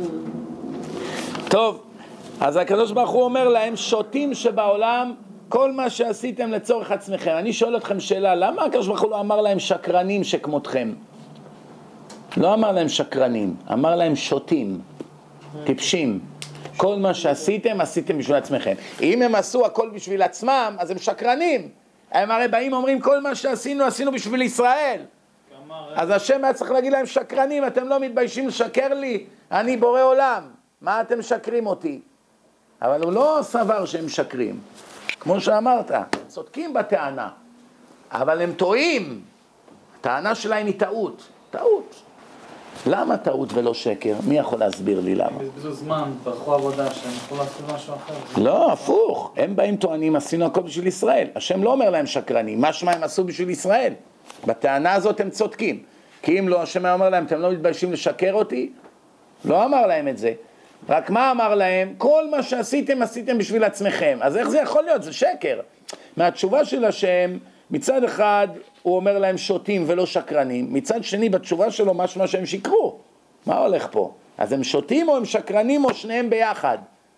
טוב, אז הקדוש ברוך הוא אומר להם, שוטים שבעולם, כל מה שעשיתם לצורך עצמכם. אני שואל אתכם שאלה, למה הקדוש ברוך הוא לא אמר להם שקרנים שכמותכם? לא אמר להם שקרנים, אמר להם שוטים, טיפשים. כל מה שעשיתם, עשיתם בשביל עצמכם. אם הם עשו הכל בשביל עצמם, אז הם שקרנים. הם הרי באים אומרים, כל מה שעשינו, עשינו בשביל ישראל. אז השם היה צריך להגיד להם, שקרנים, אתם לא מתביישים לשקר לי? אני בורא עולם, מה אתם שקרים אותי? אבל הוא לא סבר שהם שקרים. כמו שאמרת, צודקים בטענה, אבל הם טועים. הטענה שלהם היא טעות. טעות. למה טעות ולא שקר? מי יכול להסביר לי למה? בזבזו זמן, ברחו עבודה, שהם יכולו לעשות משהו אחר. לא, הפוך. הם באים טוענים, עשינו הכל בשביל ישראל. השם לא אומר להם שקרנים, משמע הם עשו בשביל ישראל. בטענה הזאת הם צודקים. כי אם לא, השם אומר להם, אתם לא מתביישים לשקר אותי? לא אמר להם את זה. רק מה אמר להם? כל מה שעשיתם, עשיתם בשביל עצמכם. אז איך זה יכול להיות? זה שקר. מהתשובה של השם, מצד אחד הוא אומר להם שוטים ולא שקרנים, מצד שני בתשובה שלו משמע שהם שיקרו. מה הולך פה? אז הם שוטים או הם שקרנים או שניהם ביחד?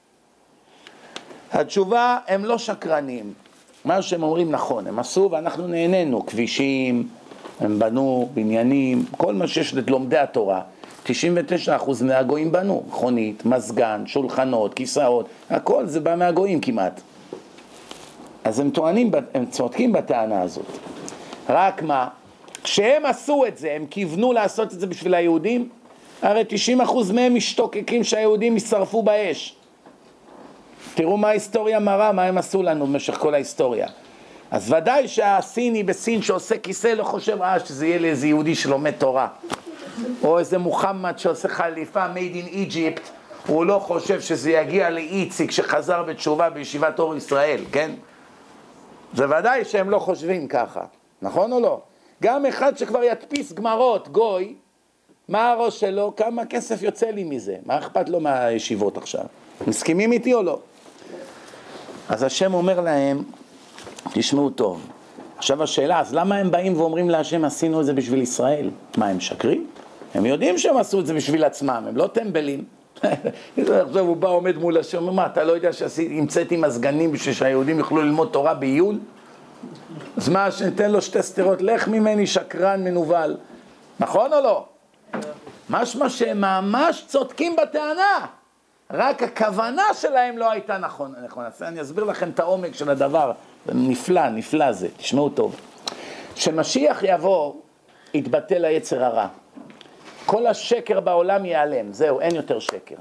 התשובה, הם לא שקרנים. מה שהם אומרים נכון, הם עשו ואנחנו נהנינו, כבישים, הם בנו בניינים, כל מה שיש ללומדי התורה. תשעים ותשעה אחוז מהגויים בנו, מכונית, מזגן, שולחנות, כיסאות, הכל זה בא מהגויים כמעט. אז הם טוענים, הם צודקים בטענה הזאת. רק מה, כשהם עשו את זה, הם כיוונו לעשות את זה בשביל היהודים, הרי תשעים אחוז מהם משתוקקים שהיהודים ישרפו באש. תראו מה ההיסטוריה מראה, מה הם עשו לנו במשך כל ההיסטוריה. אז ודאי שהסיני בסין שעושה כיסא לא חושב, אה, שזה יהיה לאיזה יהודי שלומד תורה. או איזה מוחמד שעושה חליפה made in Egypt, הוא לא חושב שזה יגיע לאיציק שחזר בתשובה בישיבת אור ישראל, כן? זה ודאי שהם לא חושבים ככה, נכון או לא? גם אחד שכבר ידפיס גמרות, גוי, מה הראש שלו? כמה כסף יוצא לי מזה? מה אכפת לו מהישיבות עכשיו? מסכימים איתי או לא? אז השם אומר להם, תשמעו טוב. עכשיו השאלה, אז למה הם באים ואומרים להשם, עשינו את זה בשביל ישראל? מה, הם שקרים? הם יודעים שהם עשו את זה בשביל עצמם, הם לא טמבלים. עכשיו הוא בא עומד מול השם, אומר, מה, אתה לא יודע שהמצאתי מזגנים בשביל שהיהודים יוכלו ללמוד תורה בעיון? אז מה, שניתן לו שתי סתירות, לך ממני שקרן מנוול. נכון או לא? משמע שהם ממש צודקים בטענה, רק הכוונה שלהם לא הייתה נכון. אני אסביר לכם את העומק של הדבר, נפלא, נפלא זה, תשמעו טוב. כשמשיח יבוא, יתבטל היצר הרע. כל השקר בעולם ייעלם, זהו, אין יותר שקר.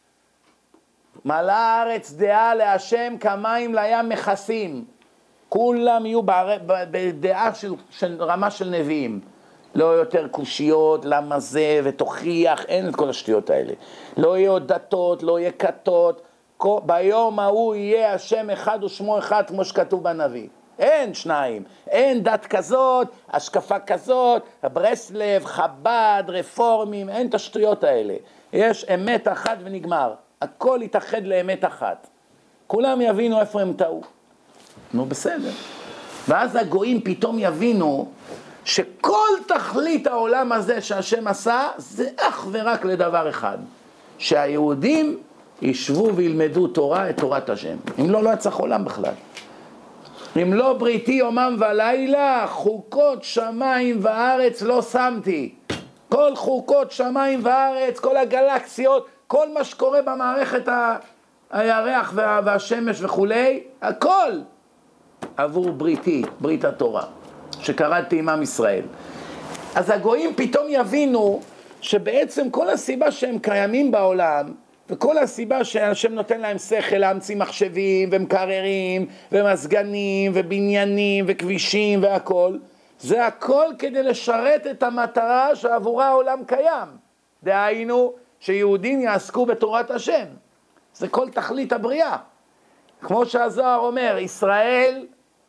מלאה הארץ דעה להשם כמים לים מכסים. כולם יהיו בדעה של, של רמה של נביאים. לא יותר קושיות, למה זה, ותוכיח, אין את כל השטויות האלה. לא יהיו דתות, לא יהיה כתות, ביום ההוא יהיה השם אחד ושמו אחד, כמו שכתוב בנביא. אין שניים, אין דת כזאת, השקפה כזאת, ברסלב, חב"ד, רפורמים, אין את השטויות האלה. יש אמת אחת ונגמר, הכל יתאחד לאמת אחת. כולם יבינו איפה הם טעו. נו בסדר. ואז הגויים פתאום יבינו שכל תכלית העולם הזה שהשם עשה, זה אך ורק לדבר אחד. שהיהודים ישבו וילמדו תורה, את תורת השם. אם לא, לא יצח עולם בכלל. אם לא בריתי יומם ולילה, חוקות שמיים וארץ לא שמתי. כל חוקות שמיים וארץ, כל הגלקסיות, כל מה שקורה במערכת ה... הירח וה... והשמש וכולי, הכל עבור בריתי, ברית התורה, שקראתי עם עם ישראל. אז הגויים פתאום יבינו שבעצם כל הסיבה שהם קיימים בעולם, וכל הסיבה שהשם נותן להם שכל להמציא מחשבים ומקררים ומסגנים ובניינים וכבישים והכל, זה הכל כדי לשרת את המטרה שעבורה העולם קיים. דהיינו שיהודים יעסקו בתורת השם. זה כל תכלית הבריאה. כמו שהזוהר אומר, ישראל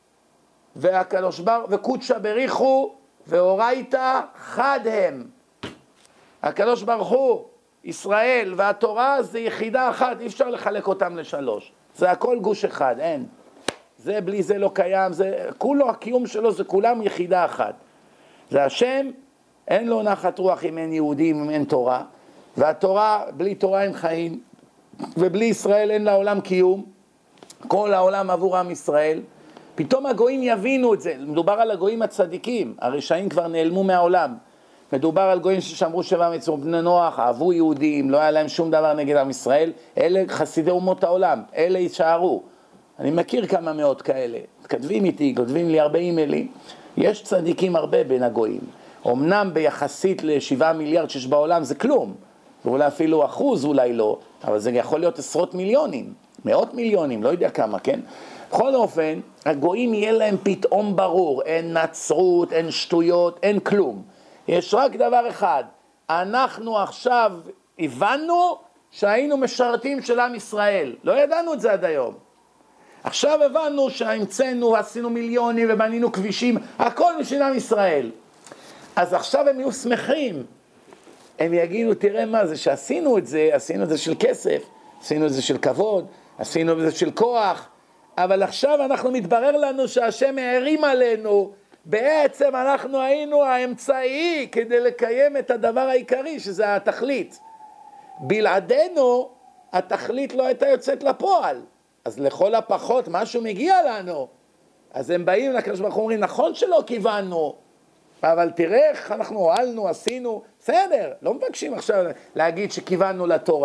והקדוש ברוך וקודשה בריחו ואורייתא חד הם. הקדוש ברוך הוא, ישראל והתורה זה יחידה אחת, אי אפשר לחלק אותם לשלוש. זה הכל גוש אחד, אין. זה בלי זה לא קיים, זה כולו הקיום שלו, זה כולם יחידה אחת. זה השם, אין לו נחת רוח אם אין יהודים, אם אין תורה. והתורה, בלי תורה אין חיים, ובלי ישראל אין לעולם קיום. כל העולם עבור עם ישראל. פתאום הגויים יבינו את זה. מדובר על הגויים הצדיקים, הרשעים כבר נעלמו מהעולם. מדובר על גויים ששמרו שבע מצוות בני נוח, אהבו יהודים, לא היה להם שום דבר נגד עם ישראל. אלה חסידי אומות העולם, אלה יישארו. אני מכיר כמה מאות כאלה. כתבים איתי, כותבים לי הרבה אימיילים. יש צדיקים הרבה בין הגויים. אמנם ביחסית לשבעה מיליארד שיש בעולם זה כלום. ואולי אפילו אחוז אולי לא, אבל זה יכול להיות עשרות מיליונים, מאות מיליונים, לא יודע כמה, כן? בכל אופן, הגויים יהיה להם פתאום ברור, אין נצרות, אין שטויות, אין כלום. יש רק דבר אחד, אנחנו עכשיו הבנו שהיינו משרתים של עם ישראל, לא ידענו את זה עד היום. עכשיו הבנו שהמצאנו, עשינו מיליונים ובנינו כבישים, הכל בשביל עם ישראל. אז עכשיו הם יהיו שמחים. הם יגידו, תראה מה זה, שעשינו את זה, עשינו את זה של כסף, עשינו את זה של כבוד, עשינו את זה של כוח, אבל עכשיו אנחנו מתברר לנו שהשם הערים עלינו, בעצם אנחנו היינו האמצעי כדי לקיים את הדבר העיקרי, שזה התכלית. בלעדינו, התכלית לא הייתה יוצאת לפועל, אז לכל הפחות משהו מגיע לנו. אז הם באים לקדוש ברוך הוא אומרים, נכון שלא כיוונו, אבל תראה איך אנחנו הועלנו, עשינו, בסדר, לא מבקשים עכשיו להגיד שכיוונו לתורה,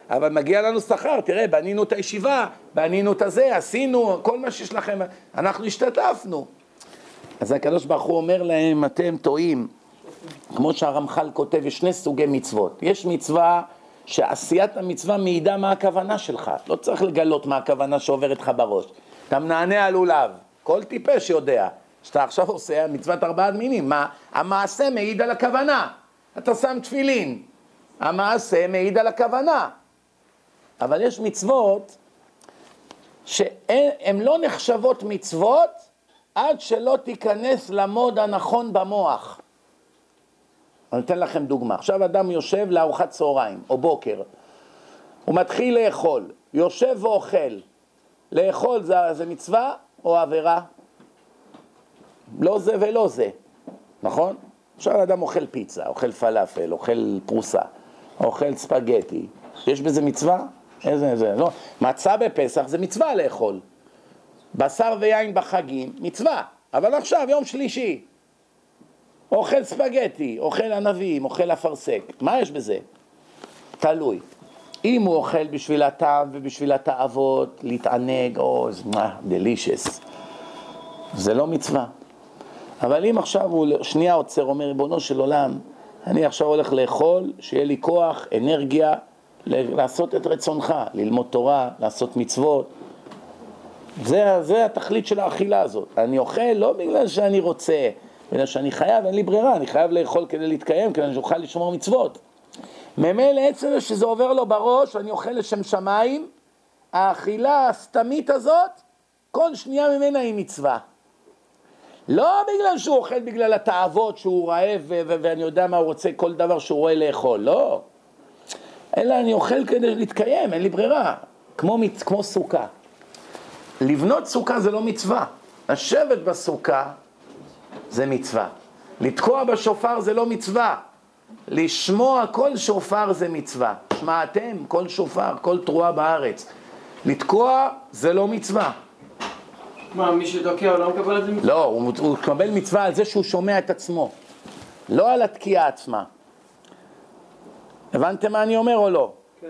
אבל מגיע לנו שכר, תראה, בנינו את הישיבה, בנינו את הזה, עשינו, כל מה שיש לכם, אנחנו השתתפנו. אז הקדוש ברוך הוא אומר להם, אתם טועים, כמו שהרמח"ל כותב, יש שני סוגי מצוות. יש מצווה שעשיית המצווה מעידה מה הכוונה שלך, לא צריך לגלות מה הכוונה שעוברת לך בראש. אתה מנענע על לולב, כל טיפש יודע, שאתה עכשיו עושה מצוות ארבעת מינים, מה? המעשה מעיד על הכוונה. אתה שם תפילין, המעשה מעיד על הכוונה. אבל יש מצוות שהן לא נחשבות מצוות עד שלא תיכנס למוד הנכון במוח. אני אתן לכם דוגמה. עכשיו אדם יושב לארוחת צהריים או בוקר, הוא מתחיל לאכול, יושב ואוכל. לאכול זה, זה מצווה או עבירה? לא זה ולא זה, נכון? עכשיו אדם אוכל פיצה, אוכל פלאפל, אוכל פרוסה, אוכל ספגטי. יש בזה מצווה? איזה, זה, לא. מצה בפסח זה מצווה לאכול. בשר ויין בחגים, מצווה. אבל עכשיו, יום שלישי, אוכל ספגטי, אוכל ענבים, אוכל אפרסק. מה יש בזה? תלוי. אם הוא אוכל בשביל הטעם ובשביל התאוות, להתענג, או, מה, דלישס. זה לא מצווה. אבל אם עכשיו הוא שנייה עוצר, אומר, ריבונו של עולם, אני עכשיו הולך לאכול, שיהיה לי כוח, אנרגיה, לעשות את רצונך, ללמוד תורה, לעשות מצוות. זה, זה התכלית של האכילה הזאת. אני אוכל לא בגלל שאני רוצה, בגלל שאני חייב, אין לי ברירה, אני חייב לאכול כדי להתקיים, כדי שאני אוכל לשמור מצוות. ממילא עצם שזה עובר לו בראש, אני אוכל לשם שמיים, האכילה הסתמית הזאת, כל שנייה ממנה היא מצווה. לא בגלל שהוא אוכל בגלל התאוות, שהוא רעב ו- ו- ואני יודע מה הוא רוצה, כל דבר שהוא רואה לאכול, לא. אלא אני אוכל כדי להתקיים, אין לי ברירה, כמו, כמו סוכה. לבנות סוכה זה לא מצווה, לשבת בסוכה זה מצווה. לתקוע בשופר זה לא מצווה, לשמוע כל שופר זה מצווה. שמעתם כל שופר, כל תרועה בארץ. לתקוע זה לא מצווה. מה, מי שתוקע הוא לא מקבל את זה מצווה? לא, הוא, הוא מקבל מצווה על זה שהוא שומע את עצמו, לא על התקיעה עצמה. הבנתם מה אני אומר או לא? כן.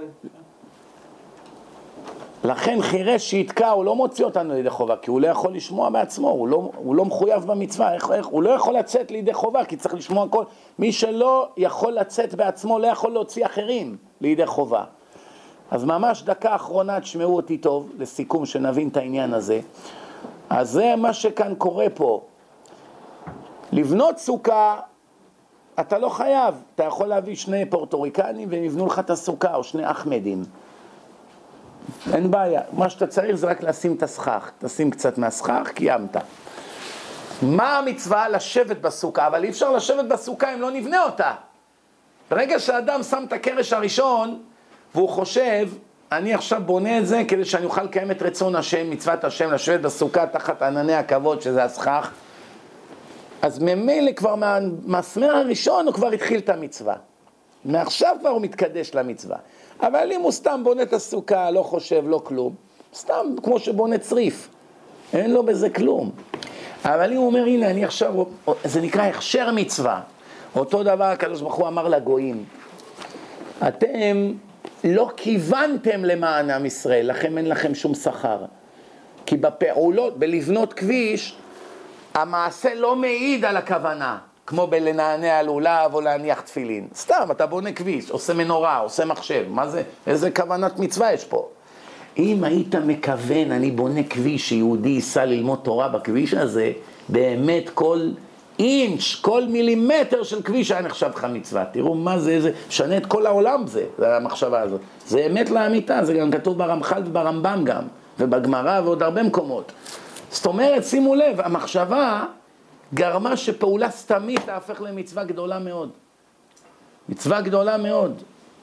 לכן חירש שיתקע, הוא לא מוציא אותנו לידי חובה, כי הוא לא יכול לשמוע בעצמו, הוא לא, הוא לא מחויב במצווה, איך, איך, הוא לא יכול לצאת לידי חובה, כי צריך לשמוע הכל. מי שלא יכול לצאת בעצמו, לא יכול להוציא אחרים לידי חובה. אז ממש דקה אחרונה, תשמעו אותי טוב, לסיכום שנבין את העניין הזה. אז זה מה שכאן קורה פה. לבנות סוכה, אתה לא חייב, אתה יכול להביא שני פורטוריקנים והם יבנו לך את הסוכה, או שני אחמדים. אין בעיה, מה שאתה צריך זה רק לשים את הסכך, תשים קצת מהסכך, קיימת. מה המצווה? לשבת בסוכה, אבל אי אפשר לשבת בסוכה אם לא נבנה אותה. ברגע שהאדם שם את הקרש הראשון, והוא חושב, אני עכשיו בונה את זה כדי שאני אוכל לקיים את רצון השם, מצוות השם, לשבת בסוכה תחת ענני הכבוד, שזה הסכך, אז ממילא כבר מהמסמר הראשון הוא כבר התחיל את המצווה. מעכשיו כבר הוא מתקדש למצווה. אבל אם הוא סתם בונה את הסוכה, לא חושב, לא כלום, סתם כמו שבונה צריף, אין לו בזה כלום. אבל אם הוא אומר, הנה, אני עכשיו, זה נקרא הכשר מצווה. אותו דבר הקדוש ברוך הוא אמר לגויים, אתם לא כיוונתם למען עם ישראל, לכם אין לכם שום שכר. כי בפעולות, בלבנות כביש, המעשה לא מעיד על הכוונה, כמו בלנענע על לולב או להניח תפילין. סתם, אתה בונה כביש, עושה מנורה, עושה מחשב, מה זה? איזה כוונת מצווה יש פה? אם היית מכוון, אני בונה כביש שיהודי ייסע ללמוד תורה בכביש הזה, באמת כל אינץ', כל מילימטר של כביש היה נחשב לך מצווה. תראו מה זה, זה שנה את כל העולם זה, זה המחשבה הזאת. זה אמת לאמיתה, זה גם כתוב ברמח"ל וברמב"ם גם, ובגמרא ועוד הרבה מקומות. זאת אומרת, שימו לב, המחשבה גרמה שפעולה סתמית תהפך למצווה גדולה מאוד. מצווה גדולה מאוד.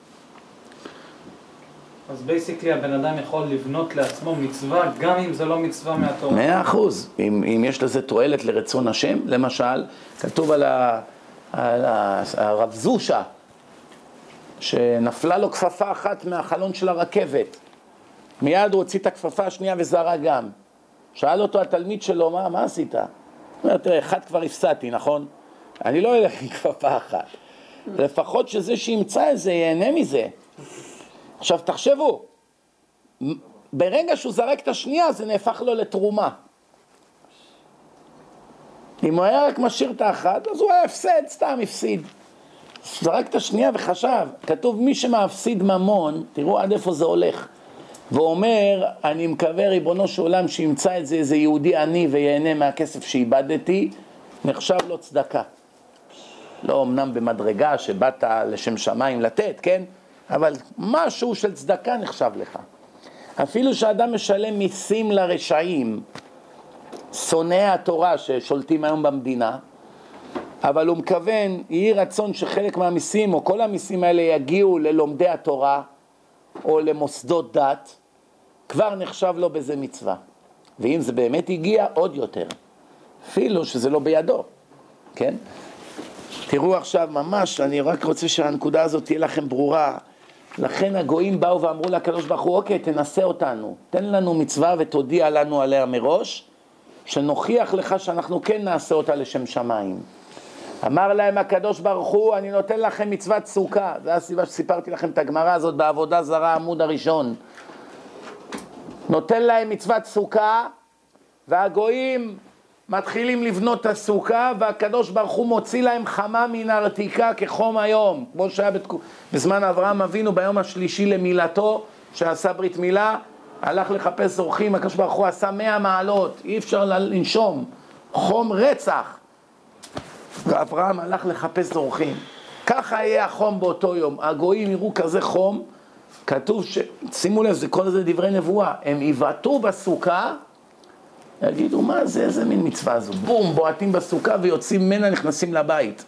אז בייסיקלי הבן אדם יכול לבנות לעצמו מצווה, גם אם זה לא מצווה מהתורה. מאה אחוז. אם, אם יש לזה תועלת לרצון השם, למשל, כתוב על, ה, על ה, הרב זושה, שנפלה לו כפפה אחת מהחלון של הרכבת. מיד הוא הוציא את הכפפה השנייה וזרה גם. שאל אותו התלמיד שלו, מה, מה עשית? הוא אומר, תראה, אחד כבר הפסעתי, נכון? אני לא אלך עם כפפה אחת. לפחות שזה שימצא את זה, ייהנה מזה. עכשיו תחשבו, ברגע שהוא זרק את השנייה זה נהפך לו לתרומה. אם הוא היה רק משאיר את האחת, אז הוא היה הפסד, סתם הפסיד. זרק את השנייה וחשב, כתוב מי שמפסיד ממון, תראו עד איפה זה הולך. והוא אומר, אני מקווה ריבונו של עולם שימצא את זה איזה יהודי עני ויהנה מהכסף שאיבדתי, נחשב לו צדקה. לא אמנם במדרגה שבאת לשם שמיים לתת, כן? אבל משהו של צדקה נחשב לך. אפילו שאדם משלם מיסים לרשעים, שונאי התורה ששולטים היום במדינה, אבל הוא מכוון, יהי רצון שחלק מהמיסים או כל המיסים האלה יגיעו ללומדי התורה או למוסדות דת, כבר נחשב לו בזה מצווה. ואם זה באמת הגיע, עוד יותר. אפילו שזה לא בידו, כן? תראו עכשיו ממש, אני רק רוצה שהנקודה הזאת תהיה לכם ברורה. לכן הגויים באו ואמרו לקדוש ברוך הוא, אוקיי, תנסה אותנו, תן לנו מצווה ותודיע לנו עליה מראש, שנוכיח לך שאנחנו כן נעשה אותה לשם שמיים. אמר להם הקדוש ברוך הוא, אני נותן לכם מצוות סוכה. זו הסיבה שסיפרתי לכם את הגמרא הזאת בעבודה זרה, עמוד הראשון. נותן להם מצוות סוכה, והגויים מתחילים לבנות את הסוכה, והקדוש ברוך הוא מוציא להם חמה מן הרתיקה כחום היום. כמו שהיה בתק... בזמן אברהם אבינו ביום השלישי למילתו, שעשה ברית מילה, הלך לחפש אורחים, הקדוש ברוך הוא עשה מאה מעלות, אי אפשר לנשום, חום רצח. ואברהם הלך לחפש אורחים. ככה יהיה החום באותו יום. הגויים יראו כזה חום, כתוב ש... שימו לב, זה כל זה דברי נבואה. הם יבעטו בסוכה, יגידו, מה זה, איזה מין מצווה זו? בום, בועטים בסוכה ויוצאים ממנה, נכנסים לבית.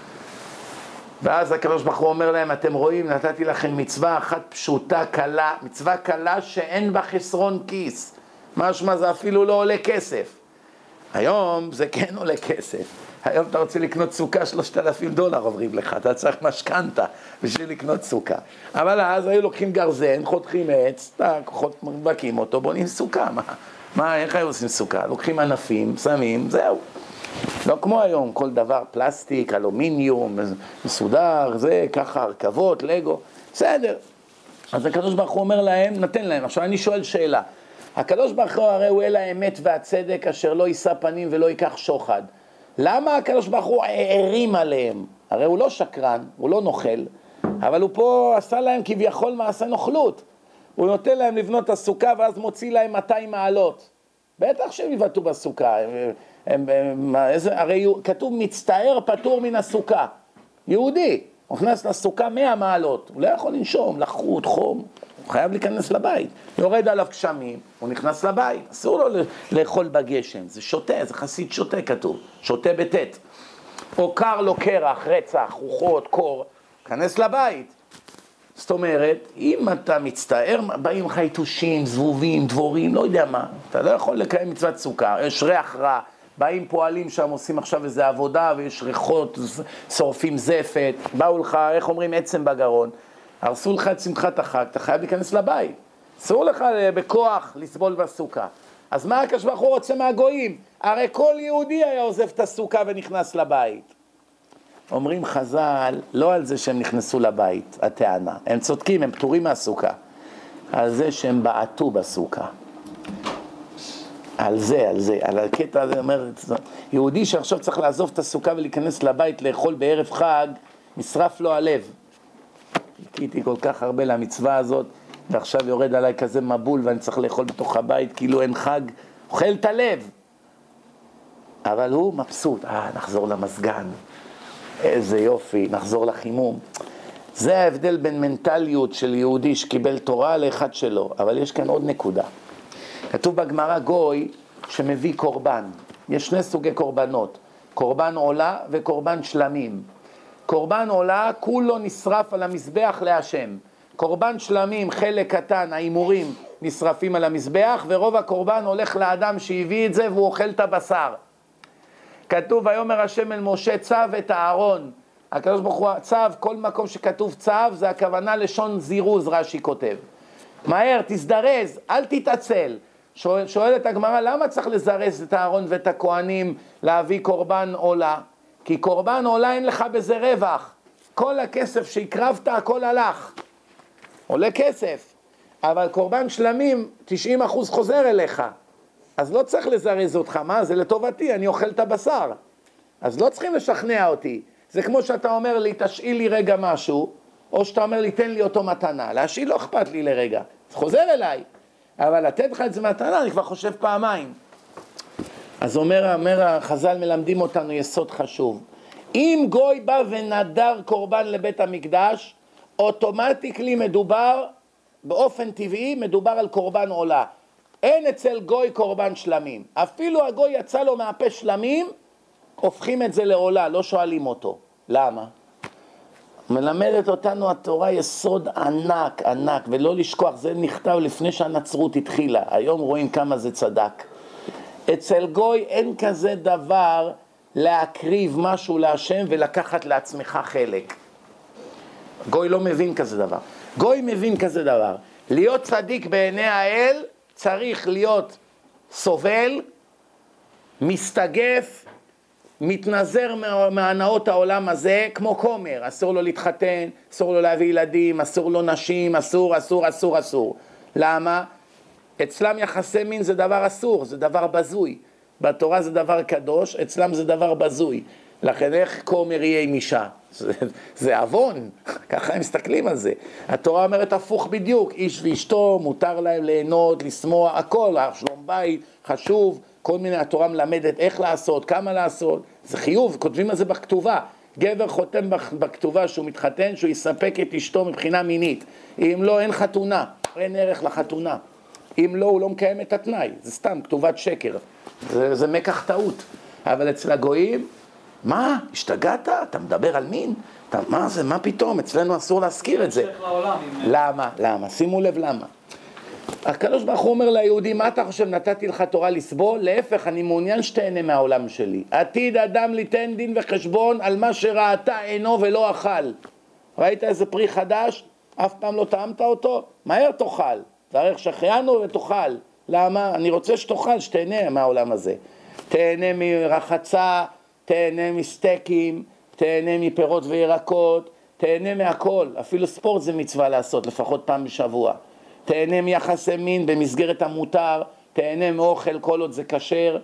ואז הקדוש ברוך הוא אומר להם, אתם רואים, נתתי לכם מצווה אחת פשוטה, קלה, מצווה קלה שאין בה חסרון כיס. משמע זה אפילו לא עולה כסף. היום זה כן עולה כסף. היום אתה רוצה לקנות סוכה, שלושת אלפים דולר עוברים לך, אתה צריך משכנתה בשביל לקנות סוכה. אבל אז היו לוקחים גרזן, חותכים עץ, מבקים אותו, בונים סוכה. מה, מה, איך היו עושים סוכה? לוקחים ענפים, שמים, זהו. לא כמו היום, כל דבר, פלסטיק, אלומיניום, מסודר, זה, ככה, הרכבות, לגו, בסדר. אז הקדוש ברוך הוא אומר להם, נתן להם. עכשיו אני שואל שאלה. הקדוש ברוך הוא הרי הוא אל האמת והצדק, אשר לא יישא פנים ולא ייקח שוחד. למה הקדוש ברוך הוא הערים עליהם? הרי הוא לא שקרן, הוא לא נוכל, אבל הוא פה עשה להם כביכול מעשה נוכלות. הוא נותן להם לבנות את הסוכה ואז מוציא להם מאתיים מעלות. בטח שהם יבטאו בסוכה. הם, הם, הם, איזה, הרי כתוב מצטער פטור מן הסוכה. יהודי, הוא נכנס לסוכה מאה מעלות. הוא לא יכול לנשום, לחוט, חום. הוא חייב להיכנס לבית. יורד עליו גשמים, הוא נכנס לבית. אסור לו לאכול בגשם. זה שותה, זה חסיד שותה כתוב. שותה בטט. או קר לו קרח, רצח, רוחות, קור. כנס לבית. זאת אומרת, אם אתה מצטער, באים לך יתושים, זבובים, דבורים, לא יודע מה. אתה לא יכול לקיים מצוות סוכה. יש ריח רע. באים פועלים שם, עושים עכשיו איזו עבודה, ויש ריחות, שורפים זפת. באו לך, איך אומרים, עצם בגרון. הרסו לך את שמחת החג, אתה חייב להיכנס לבית. אסור לך בכוח לסבול בסוכה. אז מה הקדוש ברוך הוא רוצה מהגויים? הרי כל יהודי היה עוזב את הסוכה ונכנס לבית. אומרים חז"ל, לא על זה שהם נכנסו לבית, הטענה. הם צודקים, הם פטורים מהסוכה. על זה שהם בעטו בסוכה. על זה, על זה, על הקטע הזה אומר, יהודי שעכשיו צריך לעזוב את הסוכה ולהיכנס לבית, לאכול בערב חג, נשרף לו הלב. חיכיתי כל כך הרבה למצווה הזאת, ועכשיו יורד עליי כזה מבול, ואני צריך לאכול בתוך הבית, כאילו אין חג, אוכל את הלב. אבל הוא מבסוט, אה, נחזור למסגן, איזה יופי, נחזור לחימום. זה ההבדל בין מנטליות של יהודי שקיבל תורה לאחד שלו, אבל יש כאן עוד נקודה. כתוב בגמרא גוי שמביא קורבן. יש שני סוגי קורבנות, קורבן עולה וקורבן שלמים. קורבן עולה כולו נשרף על המזבח להשם. קורבן שלמים, חלק קטן, האימורים נשרפים על המזבח, ורוב הקורבן הולך לאדם שהביא את זה והוא אוכל את הבשר. כתוב ויאמר השם אל משה צו את הארון. הקדוש ברוך הוא צו, כל מקום שכתוב צו זה הכוונה לשון זירוז, רש"י כותב. מהר, תזדרז, אל תתעצל. שואל, שואלת הגמרא, למה צריך לזרז את הארון ואת הכהנים להביא קורבן עולה? כי קורבן עולה אין לך בזה רווח. כל הכסף שהקרבת, הכל הלך. עולה כסף, אבל קורבן שלמים תשעים אחוז חוזר אליך, אז לא צריך לזרז אותך, מה? זה לטובתי, אני אוכל את הבשר, אז לא צריכים לשכנע אותי. זה כמו שאתה אומר לי, תשאיל לי רגע משהו, או שאתה אומר לי, תן לי אותו מתנה. להשאיל לא אכפת לי לרגע, זה חוזר אליי, אבל לתת לך את זה מתנה, אני כבר חושב פעמיים. אז אומר, אומר החז"ל מלמדים אותנו יסוד חשוב. אם גוי בא ונדר קורבן לבית המקדש, אוטומטיקלי מדובר, באופן טבעי מדובר על קורבן עולה. אין אצל גוי קורבן שלמים. אפילו הגוי יצא לו מהפה שלמים, הופכים את זה לעולה, לא שואלים אותו. למה? מלמדת אותנו התורה יסוד ענק, ענק, ולא לשכוח, זה נכתב לפני שהנצרות התחילה. היום רואים כמה זה צדק. אצל גוי אין כזה דבר להקריב משהו להשם ולקחת לעצמך חלק. גוי לא מבין כזה דבר. גוי מבין כזה דבר. להיות צדיק בעיני האל צריך להיות סובל, מסתגף, מתנזר מהנאות העולם הזה, כמו כומר. אסור לו להתחתן, אסור לו להביא ילדים, אסור לו נשים, אסור, אסור, אסור, אסור. למה? אצלם יחסי מין זה דבר אסור, זה דבר בזוי. בתורה זה דבר קדוש, אצלם זה דבר בזוי. לכן איך כומר יהיה עם אישה? זה, זה אבון, ככה הם מסתכלים על זה. התורה אומרת הפוך בדיוק, איש ואשתו, מותר להם ליהנות, לשמוע, הכל, שלום בית, חשוב, כל מיני, התורה מלמדת איך לעשות, כמה לעשות, זה חיוב, כותבים על זה בכתובה. גבר חותם בכתובה שהוא מתחתן, שהוא יספק את אשתו מבחינה מינית. אם לא, אין חתונה, אין ערך לחתונה. אם לא, הוא לא מקיים את התנאי, זה סתם כתובת שקר, זה, זה מקח טעות. אבל אצל הגויים, מה? השתגעת? אתה מדבר על מין? אתה, מה זה? מה פתאום? אצלנו אסור להזכיר את זה. למה? למה? שימו לב למה. הקדוש ברוך הוא אומר ליהודי, מה אתה חושב? נתתי לך תורה לסבול? להפך, אני מעוניין שתהנה מהעולם שלי. עתיד אדם ליתן דין וחשבון על מה שראתה עינו ולא אכל. ראית איזה פרי חדש? אף פעם לא טעמת אותו? מהר תאכל. תארך שחיינו ותאכל. למה? אני רוצה שתאכל, שתהנה מהעולם הזה. תהנה מרחצה, תהנה מסטייקים, תהנה מפירות וירקות, תהנה מהכל. אפילו ספורט זה מצווה לעשות, לפחות פעם בשבוע. תהנה מיחסי מין במסגרת המותר, תהנה מאוכל כל עוד זה כשר.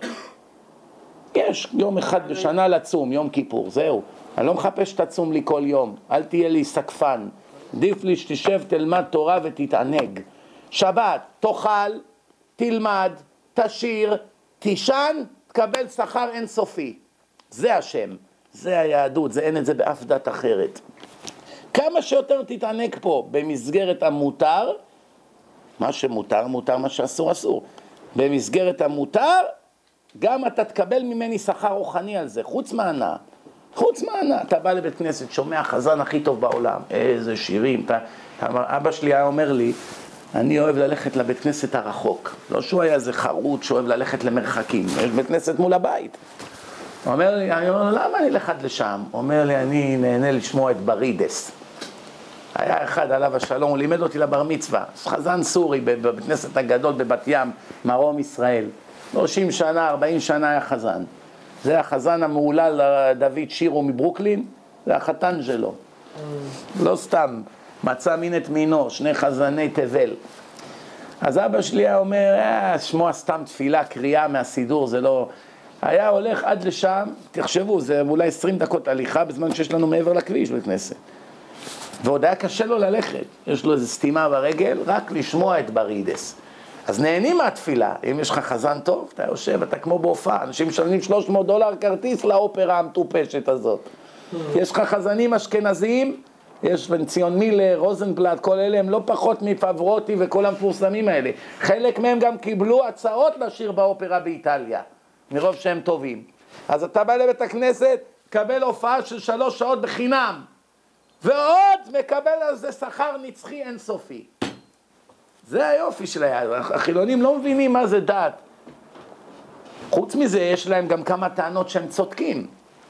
יש יום אחד בשנה לצום, יום כיפור, זהו. אני לא מחפש שתצום לי כל יום, אל תהיה לי סקפן. עדיף לי שתשב, תלמד תורה ותתענג. שבת, תאכל, תלמד, תשיר, תישן, תקבל שכר אינסופי. זה השם, זה היהדות, זה אין את זה באף דת אחרת. כמה שיותר תתענג פה במסגרת המותר, מה שמותר, מותר, מה שאסור, אסור. במסגרת המותר, גם אתה תקבל ממני שכר רוחני על זה, חוץ מהנאה. חוץ מהנאה, אתה בא לבית כנסת, שומע חזן הכי טוב בעולם, איזה שירים. אתה, אתה, אבא שלי היה אומר לי, אני אוהב ללכת לבית כנסת הרחוק. לא שהוא היה איזה חרוט שאוהב ללכת למרחקים, יש בית כנסת מול הבית. הוא אומר לי, אני אומר לו, למה אני אלך עד לשם? הוא אומר לי, אני נהנה לשמוע את ברידס. היה אחד עליו השלום, הוא לימד אותי לבר מצווה, חזן סורי בבית כנסת הגדול בבת ים, מרום ישראל. שלושים שנה, ארבעים שנה היה חזן. זה החזן המעולל דוד שירו מברוקלין, זה החתן שלו. לא סתם, מצא מין את מינו, שני חזני תבל. אז אבא שלי היה אומר, אה, שמוע סתם תפילה, קריאה מהסידור, זה לא... היה הולך עד לשם, תחשבו, זה אולי עשרים דקות הליכה, בזמן שיש לנו מעבר לכביש בכנסת. ועוד היה קשה לו ללכת, יש לו איזו סתימה ברגל, רק לשמוע את ברידס. אז נהנים מהתפילה, אם יש לך חזן טוב, אתה יושב, אתה כמו בהופעה, אנשים משלמים שלוש מאות דולר כרטיס לאופרה המטופשת הזאת. יש לך חזנים אשכנזיים, יש בן ציון מילר, רוזנבלט, כל אלה הם לא פחות מפברוטי וכל המפורסמים האלה. חלק מהם גם קיבלו הצעות לשיר באופרה באיטליה, מרוב שהם טובים. אז אתה בא לבית הכנסת, קבל הופעה של שלוש שעות בחינם, ועוד מקבל על זה שכר נצחי אינסופי. זה היופי של היד. החילונים לא מבינים מה זה דת. חוץ מזה יש להם גם כמה טענות שהם צודקים.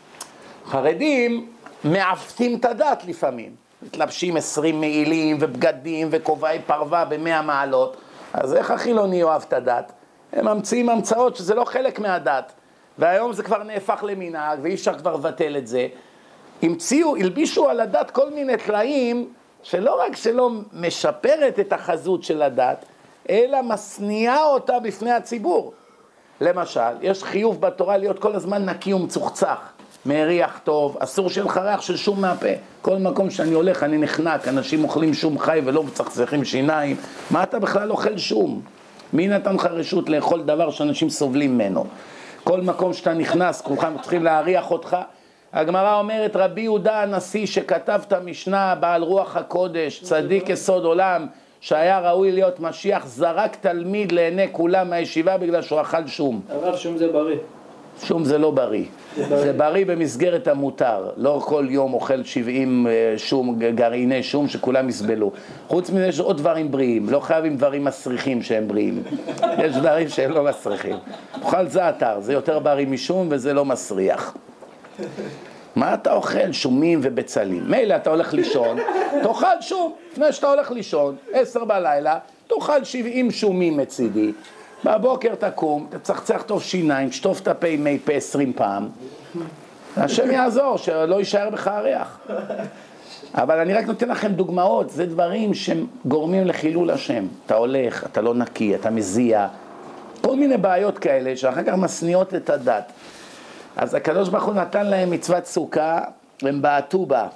חרדים מעוותים את הדת לפעמים. מתלבשים עשרים מעילים ובגדים וכובעי פרווה במאה מעלות. אז איך החילוני אוהב את הדת? הם ממציאים המצאות שזה לא חלק מהדת. והיום זה כבר נהפך למנהג ואי אפשר כבר לבטל את זה. המציאו, הלבישו על הדת כל מיני טלאים שלא רק שלא משפרת את החזות של הדת, אלא מסניעה אותה בפני הציבור. למשל, יש חיוב בתורה להיות כל הזמן נקי ומצוחצח, מריח טוב, אסור שיהיה לך ריח של שום מהפה. כל מקום שאני הולך אני נחנק, אנשים אוכלים שום חי ולא מצחצחים שיניים. מה אתה בכלל אוכל שום? מי נתן לך רשות לאכול דבר שאנשים סובלים ממנו? כל מקום שאתה נכנס, כולכם צריכים להריח אותך. הגמרא אומרת, רבי יהודה הנשיא שכתב את המשנה, בעל רוח הקודש, צדיק יסוד עולם, שהיה ראוי להיות משיח, זרק תלמיד לעיני כולם מהישיבה בגלל שהוא אכל שום. הרב, שום זה בריא. שום זה לא בריא. זה בריא במסגרת המותר. לא כל יום אוכל שבעים שום, גרעיני שום שכולם יסבלו. חוץ מזה יש עוד דברים בריאים. לא חייבים דברים מסריחים שהם בריאים. יש דברים שהם לא מסריחים. אוכל זעתר, זה יותר בריא משום וזה לא מסריח. מה אתה אוכל? שומים ובצלים. מילא אתה הולך לישון, תאכל שום. לפני שאתה הולך לישון, עשר בלילה, תאכל שבעים שומים מצידי. בבוקר תקום, תצחצח טוב שיניים, שטוף את הפה עם מי פה עשרים פעם. השם יעזור, שלא יישאר בך הריח. אבל אני רק נותן לכם דוגמאות, זה דברים שגורמים לחילול השם. אתה הולך, אתה לא נקי, אתה מזיע. כל מיני בעיות כאלה שאחר כך מסניעות את הדת. אז הקדוש ברוך הוא נתן להם מצוות סוכה, הם בעטו בה.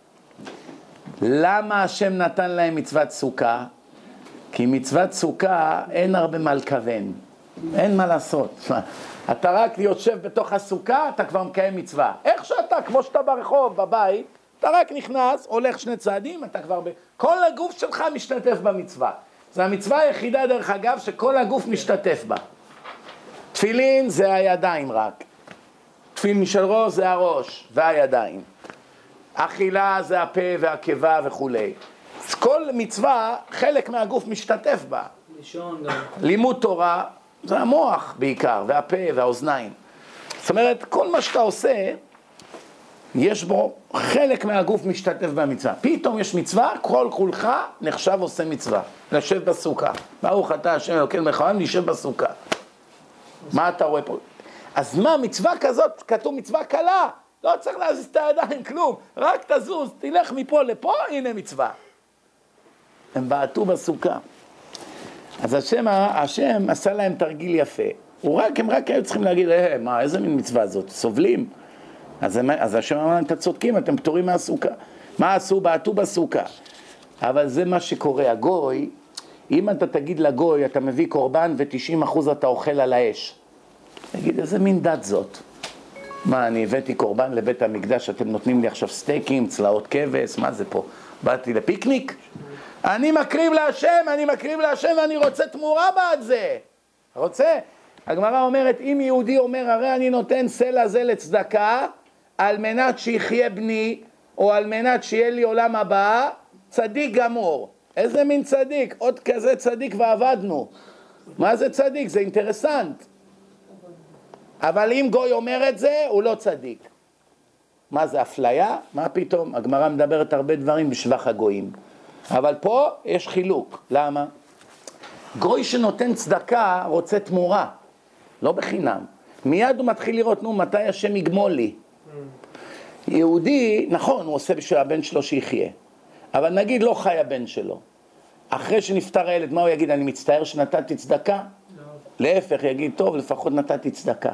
למה השם נתן להם מצוות סוכה? כי מצוות סוכה אין הרבה מה לכוון, אין מה לעשות. אתה רק יושב בתוך הסוכה, אתה כבר מקיים מצווה. איך שאתה, כמו שאתה ברחוב, בבית, אתה רק נכנס, הולך שני צעדים, אתה כבר ב... כל הגוף שלך משתתף במצווה. זו המצווה היחידה דרך אגב שכל הגוף משתתף בה. תפילין זה הידיים רק. תפילין של ראש זה הראש והידיים. אכילה זה הפה והקיבה וכולי. אז כל מצווה, חלק מהגוף משתתף בה. לישון גם. לימוד תורה זה המוח בעיקר, והפה והאוזניים. זאת אומרת, כל מה שאתה עושה, יש בו חלק מהגוף משתתף במצווה. פתאום יש מצווה, כל כולך נחשב עושה מצווה. לשב בסוכה. ברוך אתה השם אלוקינו מלך, לשב בסוכה. מה אתה רואה פה? אז מה, מצווה כזאת, כתוב מצווה קלה. לא צריך להזיז את הידיים, כלום. רק תזוז, תלך מפה לפה, הנה מצווה. הם בעטו בסוכה. אז השם, השם עשה להם תרגיל יפה. הוא רק, הם רק היו צריכים להגיד, אה, מה, איזה מין מצווה זאת? סובלים? אז, אז השם אמר להם, אתם צודקים, אתם פטורים מהסוכה. מה עשו? בעטו בסוכה. אבל זה מה שקורה. הגוי, אם אתה תגיד לגוי, אתה מביא קורבן ו-תשעים אחוז אתה אוכל על האש. תגיד, איזה מין דת זאת? מה, אני הבאתי קורבן לבית המקדש, אתם נותנים לי עכשיו סטייקים, צלעות כבש, מה זה פה? באתי לפיקניק? אני מקריב להשם, אני מקריב להשם ואני רוצה תמורה בעד זה. רוצה? הגמרא אומרת, אם יהודי אומר, הרי אני נותן סלע זה לצדקה, על מנת שיחיה בני, או על מנת שיהיה לי עולם הבא, צדיק גמור. איזה מין צדיק? עוד כזה צדיק ועבדנו. מה זה צדיק? זה אינטרסנט. אבל אם גוי אומר את זה, הוא לא צדיק. מה זה, אפליה? מה פתאום? הגמרא מדברת הרבה דברים בשבח הגויים. אבל פה יש חילוק. למה? גוי שנותן צדקה רוצה תמורה, לא בחינם. מיד הוא מתחיל לראות, נו, מתי השם יגמול לי? יהודי, נכון, הוא עושה בשביל הבן שלו שיחיה. אבל נגיד לא חי הבן שלו. אחרי שנפטר הילד, מה הוא יגיד? אני מצטער שנתתי צדקה? לא. להפך, יגיד, טוב, לפחות נתתי צדקה.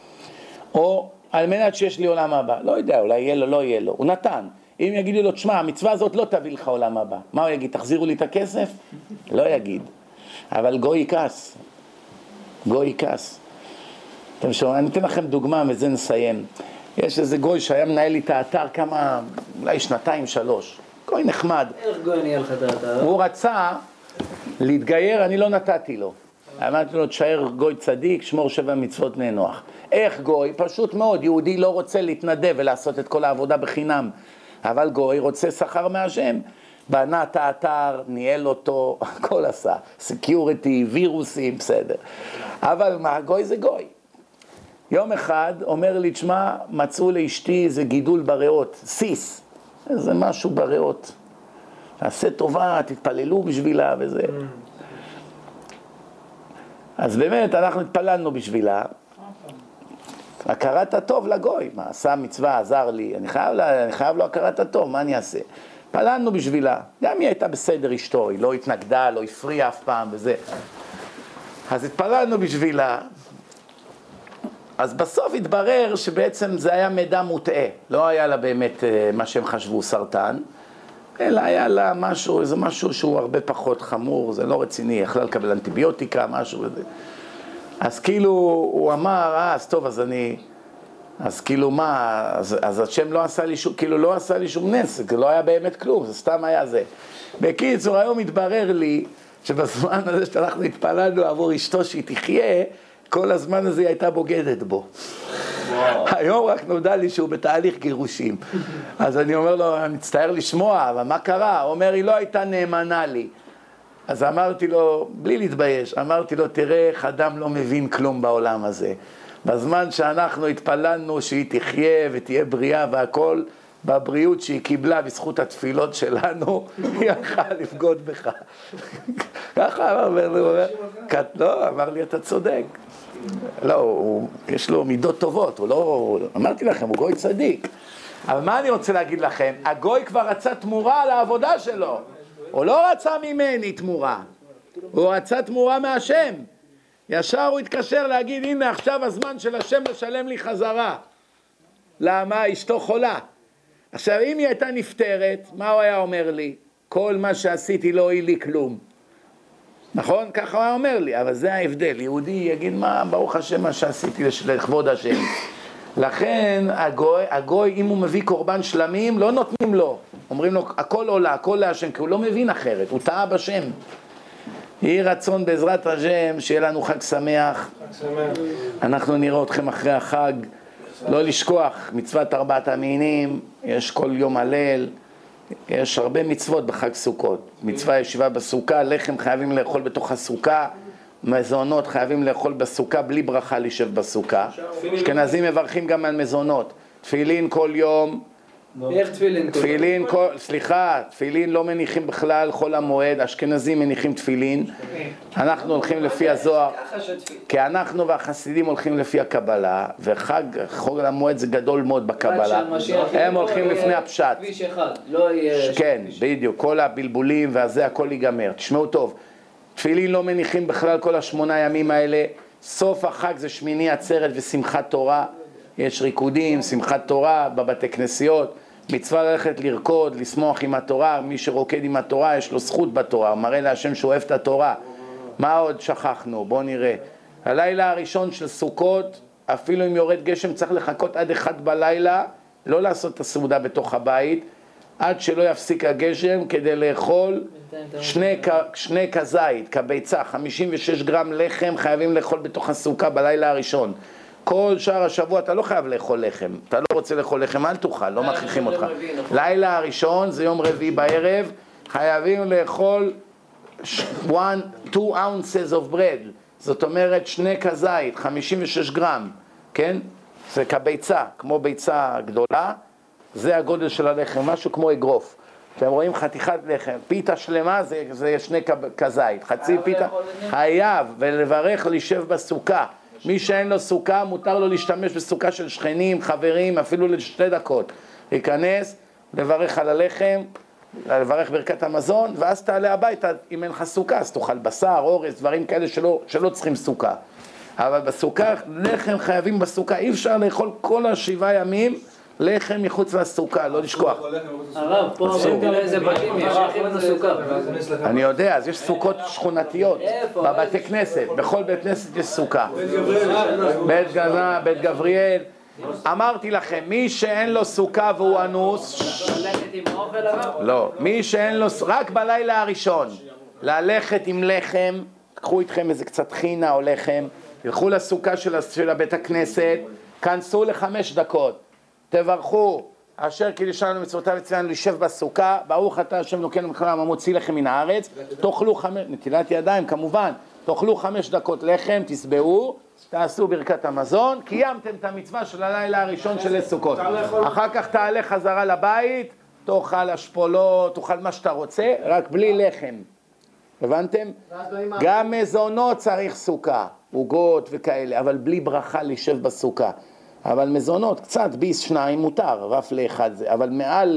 או על מנת שיש לי עולם הבא. לא יודע, אולי יהיה לו, לא יהיה לו. הוא נתן. אם יגידו לו, תשמע, המצווה הזאת לא תביא לך עולם הבא. מה הוא יגיד? תחזירו לי את הכסף? לא יגיד. אבל גוי יכעס. גוי יכעס. אתם שומעים, אני אתן לכם דוגמה, וזה נסיים. יש איזה גוי שהיה מנהל לי את האתר כמה, אולי שנתיים, שלוש. גוי נחמד. איך גוי נהיה לך את האתר? הוא רצה להתגייר, אני לא נתתי לו. אמרתי לו, תשאר גוי צדיק, שמור שבע מצוות בני נוח. איך גוי? פשוט מאוד, יהודי לא רוצה להתנדב ולעשות את כל העבודה בחינם. אבל גוי רוצה שכר מהשם. בנה את האתר, ניהל אותו, הכל עשה. סקיוריטי, וירוסים, בסדר. אבל מה, גוי זה גוי. יום אחד אומר לי, תשמע, מצאו לאשתי איזה גידול בריאות, סיס, איזה משהו בריאות. תעשה טובה, תתפללו בשבילה וזה. אז באמת, אנחנו התפללנו בשבילה. הכרת הטוב לגוי, מה, עשה מצווה, עזר לי, אני חייב, לה, אני חייב לו הכרת הטוב, מה אני אעשה? התפללנו בשבילה. גם היא הייתה בסדר אשתו, היא לא התנגדה, לא הפריעה אף פעם וזה. אז התפללנו בשבילה. אז בסוף התברר שבעצם זה היה מידע מוטעה. לא היה לה באמת מה שהם חשבו סרטן, אלא היה לה משהו, איזה משהו שהוא הרבה פחות חמור, זה לא רציני, יכלה לקבל אנטיביוטיקה, משהו וזה. אז כאילו הוא אמר, אה, אז טוב, אז אני... אז כאילו מה, אז, אז השם לא עשה לי שום, כאילו לא עשה לי שום נס, זה לא היה באמת כלום, זה סתם היה זה. בקיצור, היום התברר לי שבזמן הזה שאנחנו התפללנו עבור אשתו שהיא תחיה, כל הזמן הזה היא הייתה בוגדת בו. היום רק נודע לי שהוא בתהליך גירושים. אז אני אומר לו, אני מצטער לשמוע, אבל מה קרה? הוא אומר, היא לא הייתה נאמנה לי. אז אמרתי לו, בלי להתבייש, אמרתי לו, תראה איך אדם לא מבין כלום בעולם הזה. בזמן שאנחנו התפללנו שהיא תחיה ותהיה בריאה והכל, בבריאות שהיא קיבלה בזכות התפילות שלנו, היא הלכה לבגוד בך. ככה אמר לי, לא, אמר לי, אתה צודק. לא, הוא, יש לו מידות טובות, הוא לא, אמרתי לכם, הוא גוי צדיק. אבל מה אני רוצה להגיד לכם? הגוי כבר רצה תמורה על העבודה שלו. הוא לא רצה ממני תמורה, הוא רצה תמורה מהשם. ישר הוא התקשר להגיד, הנה עכשיו הזמן של השם לשלם לי חזרה. למה? אשתו חולה. עכשיו, אם היא הייתה נפטרת, מה הוא היה אומר לי? כל מה שעשיתי לא הועיל לי כלום. נכון? ככה הוא היה אומר לי, אבל זה ההבדל. יהודי יגיד, מה, ברוך השם, מה שעשיתי לכבוד השם. לכן, הגוי, הגוי, אם הוא מביא קורבן שלמים, לא נותנים לו. אומרים לו, הכל עולה, הכל להשם, כי הוא לא מבין אחרת, הוא טעה בשם. יהי רצון בעזרת השם, שיהיה לנו חג שמח. חג שמח. אנחנו נראה אתכם אחרי החג. לא לשכוח, מצוות ארבעת המינים, יש כל יום הלל, יש הרבה מצוות בחג סוכות. מצווה ישיבה בסוכה, לחם חייבים לאכול בתוך הסוכה, מזונות חייבים לאכול בסוכה, בלי ברכה להישב בסוכה. אשכנזים מברכים גם על מזונות. תפילין כל יום. איך תפילין? תפילין, כל, סליחה, תפילין לא מניחים בכלל חול המועד, אשכנזים מניחים תפילין. אנחנו הולכים לפי הזוהר, כי אנחנו והחסידים הולכים לפי הקבלה, וחג חול המועד זה גדול מאוד בקבלה. הם הולכים לפני הפשט. כביש אחד, לא יהיה... כן, בדיוק, כל הבלבולים והזה, הכל ייגמר. תשמעו טוב, תפילין לא מניחים בכלל כל השמונה ימים האלה. סוף החג זה שמיני עצרת ושמחת תורה. יש ריקודים, שמחת תורה בבתי כנסיות, מצווה ללכת לרקוד, לשמוח עם התורה. מי שרוקד עם התורה יש לו זכות בתורה, הוא מראה להשם שהוא אוהב את התורה. מה עוד שכחנו? בואו נראה. הלילה הראשון של סוכות, אפילו אם יורד גשם צריך לחכות עד אחד בלילה, לא לעשות את הסעודה בתוך הבית, עד שלא יפסיק הגשם, כדי לאכול שני, שני כזית, כביצה, חמישים ושש גרם לחם חייבים לאכול בתוך הסוכה בלילה הראשון. כל שאר השבוע אתה לא חייב לאכול לחם, אתה לא רוצה לאכול לחם, אל תאכל, לא מכריחים אותך. לילה הראשון זה יום רביעי בערב, חייבים לאכול one, two ounces of bread, זאת אומרת שני כזית, חמישים ושש גרם, כן? זה כביצה, כמו ביצה גדולה, זה הגודל של הלחם, משהו כמו אגרוף. אתם רואים חתיכת לחם, פיתה שלמה זה, זה שני כזית, חצי פיתה, חייב, ולברך להישב בסוכה. מי שאין לו סוכה, מותר לו להשתמש בסוכה של שכנים, חברים, אפילו לשתי דקות. להיכנס, לברך על הלחם, לברך ברכת המזון, ואז תעלה הביתה, אם אין לך סוכה, אז תאכל בשר, אורז, דברים כאלה שלא, שלא צריכים סוכה. אבל בסוכה, לחם חייבים בסוכה, אי אפשר לאכול כל השבעה ימים, לחם מחוץ לסוכה, לא לשכוח. הרב, פה אומרים כאלה איזה בתים, יש לכם לסוכה. אני יודע, אז יש סוכות שכונתיות, בבתי כנסת, בכל בית כנסת יש סוכה. בית גנה, בית גבריאל. אמרתי לכם, מי שאין לו סוכה והוא אנוס, לא, מי שאין לו, רק בלילה הראשון, ללכת עם לחם, קחו איתכם איזה קצת חינה או לחם, תלכו לסוכה של בית הכנסת, כנסו לחמש דקות. תברכו, אשר קידשנו מצוותיו וציוונו לשב בסוכה, ברוך אתה השם אלוקינו מלך העולם המוציא לחם מן הארץ, תאכלו חמש, נטילת ידיים כמובן, תאכלו חמש דקות לחם, תשבעו, תעשו ברכת המזון, קיימתם את המצווה של הלילה הראשון של סוכות. אחר כך תעלה חזרה לבית, תאכל אשפולות, תאכל מה שאתה רוצה, רק בלי לחם. הבנתם? גם מזונות צריך סוכה, עוגות וכאלה, אבל בלי ברכה להישב בסוכה. אבל מזונות, קצת ביס שניים מותר, רף לאחד זה, אבל מעל,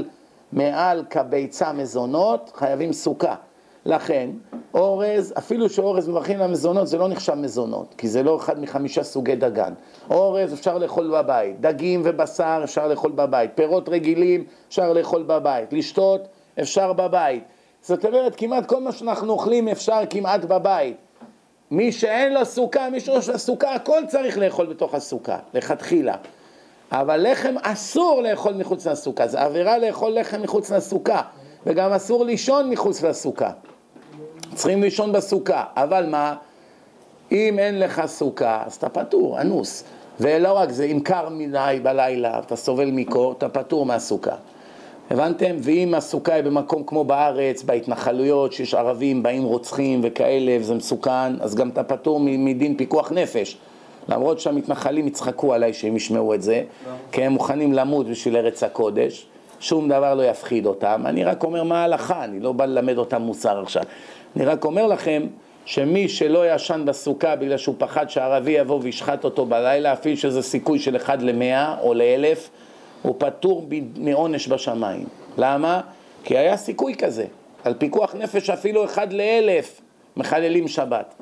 מעל כביצה מזונות, חייבים סוכה. לכן, אורז, אפילו שאורז מברכים למזונות, זה לא נחשב מזונות, כי זה לא אחד מחמישה סוגי דגן. אורז אפשר לאכול בבית, דגים ובשר אפשר לאכול בבית, פירות רגילים אפשר לאכול בבית, לשתות אפשר בבית. זאת אומרת, כמעט כל מה שאנחנו אוכלים אפשר כמעט בבית. מי שאין לו סוכה, מי שיש לו סוכה, הכל צריך לאכול בתוך הסוכה, לכתחילה. אבל לחם אסור לאכול מחוץ לסוכה, זה עבירה לאכול לחם מחוץ לסוכה, וגם אסור לישון מחוץ לסוכה. צריכים לישון בסוכה, אבל מה? אם אין לך סוכה, אז אתה פטור, אנוס. ולא רק זה, אם קר מדי בלילה, אתה סובל מקור, אתה פטור מהסוכה. הבנתם? ואם הסוכה היא במקום כמו בארץ, בהתנחלויות, שיש ערבים, באים רוצחים וכאלה, וזה מסוכן, אז גם אתה פטור מדין פיקוח נפש. למרות שהמתנחלים יצחקו עליי שהם ישמעו את זה, כי הם מוכנים למות בשביל ארץ הקודש, שום דבר לא יפחיד אותם. אני רק אומר מה ההלכה, אני לא בא ללמד אותם מוסר עכשיו. אני רק אומר לכם שמי שלא ישן בסוכה בגלל שהוא פחד שהערבי יבוא וישחט אותו בלילה, אפילו שזה סיכוי של אחד למאה או לאלף, הוא פטור מעונש בשמיים. למה? כי היה סיכוי כזה. על פיקוח נפש אפילו אחד לאלף מחללים שבת.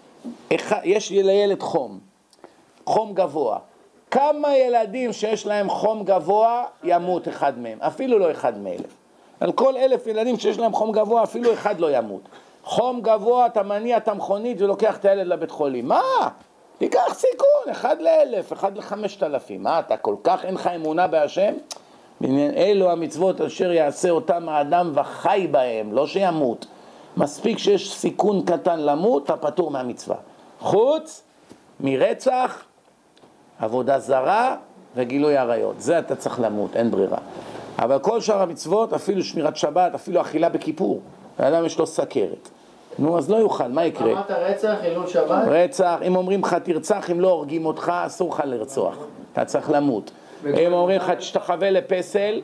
יש לילד חום, חום גבוה. כמה ילדים שיש להם חום גבוה ימות אחד מהם? אפילו לא אחד מאלף. על כל אלף ילדים שיש להם חום גבוה אפילו אחד לא ימות. חום גבוה, אתה מניע את המכונית ולוקח את הילד לבית חולים. מה? תיקח סיכון, אחד לאלף, אחד לחמשת אלפים. מה, אתה כל כך אין לך אמונה בהשם? אלו המצוות אשר יעשה אותם האדם וחי בהם, לא שימות. מספיק שיש סיכון קטן למות, אתה פטור מהמצווה. חוץ מרצח, עבודה זרה וגילוי עריות. זה אתה צריך למות, אין ברירה. אבל כל שאר המצוות, אפילו שמירת שבת, אפילו אכילה בכיפור, האדם יש לו סכרת. נו, אז לא יוכל, מה יקרה? אמרת רצח, חילול שבת? רצח, אם אומרים לך תרצח, אם לא הורגים אותך, אסור לך לרצוח. אתה צריך למות. אם אומרים לך תשתחווה לפסל,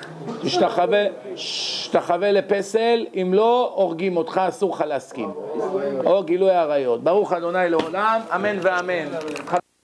תשתחווה לפסל, אם לא הורגים אותך, אסור לך להסכים. או גילוי עריות. ברוך אדוני לעולם, אמן ואמן.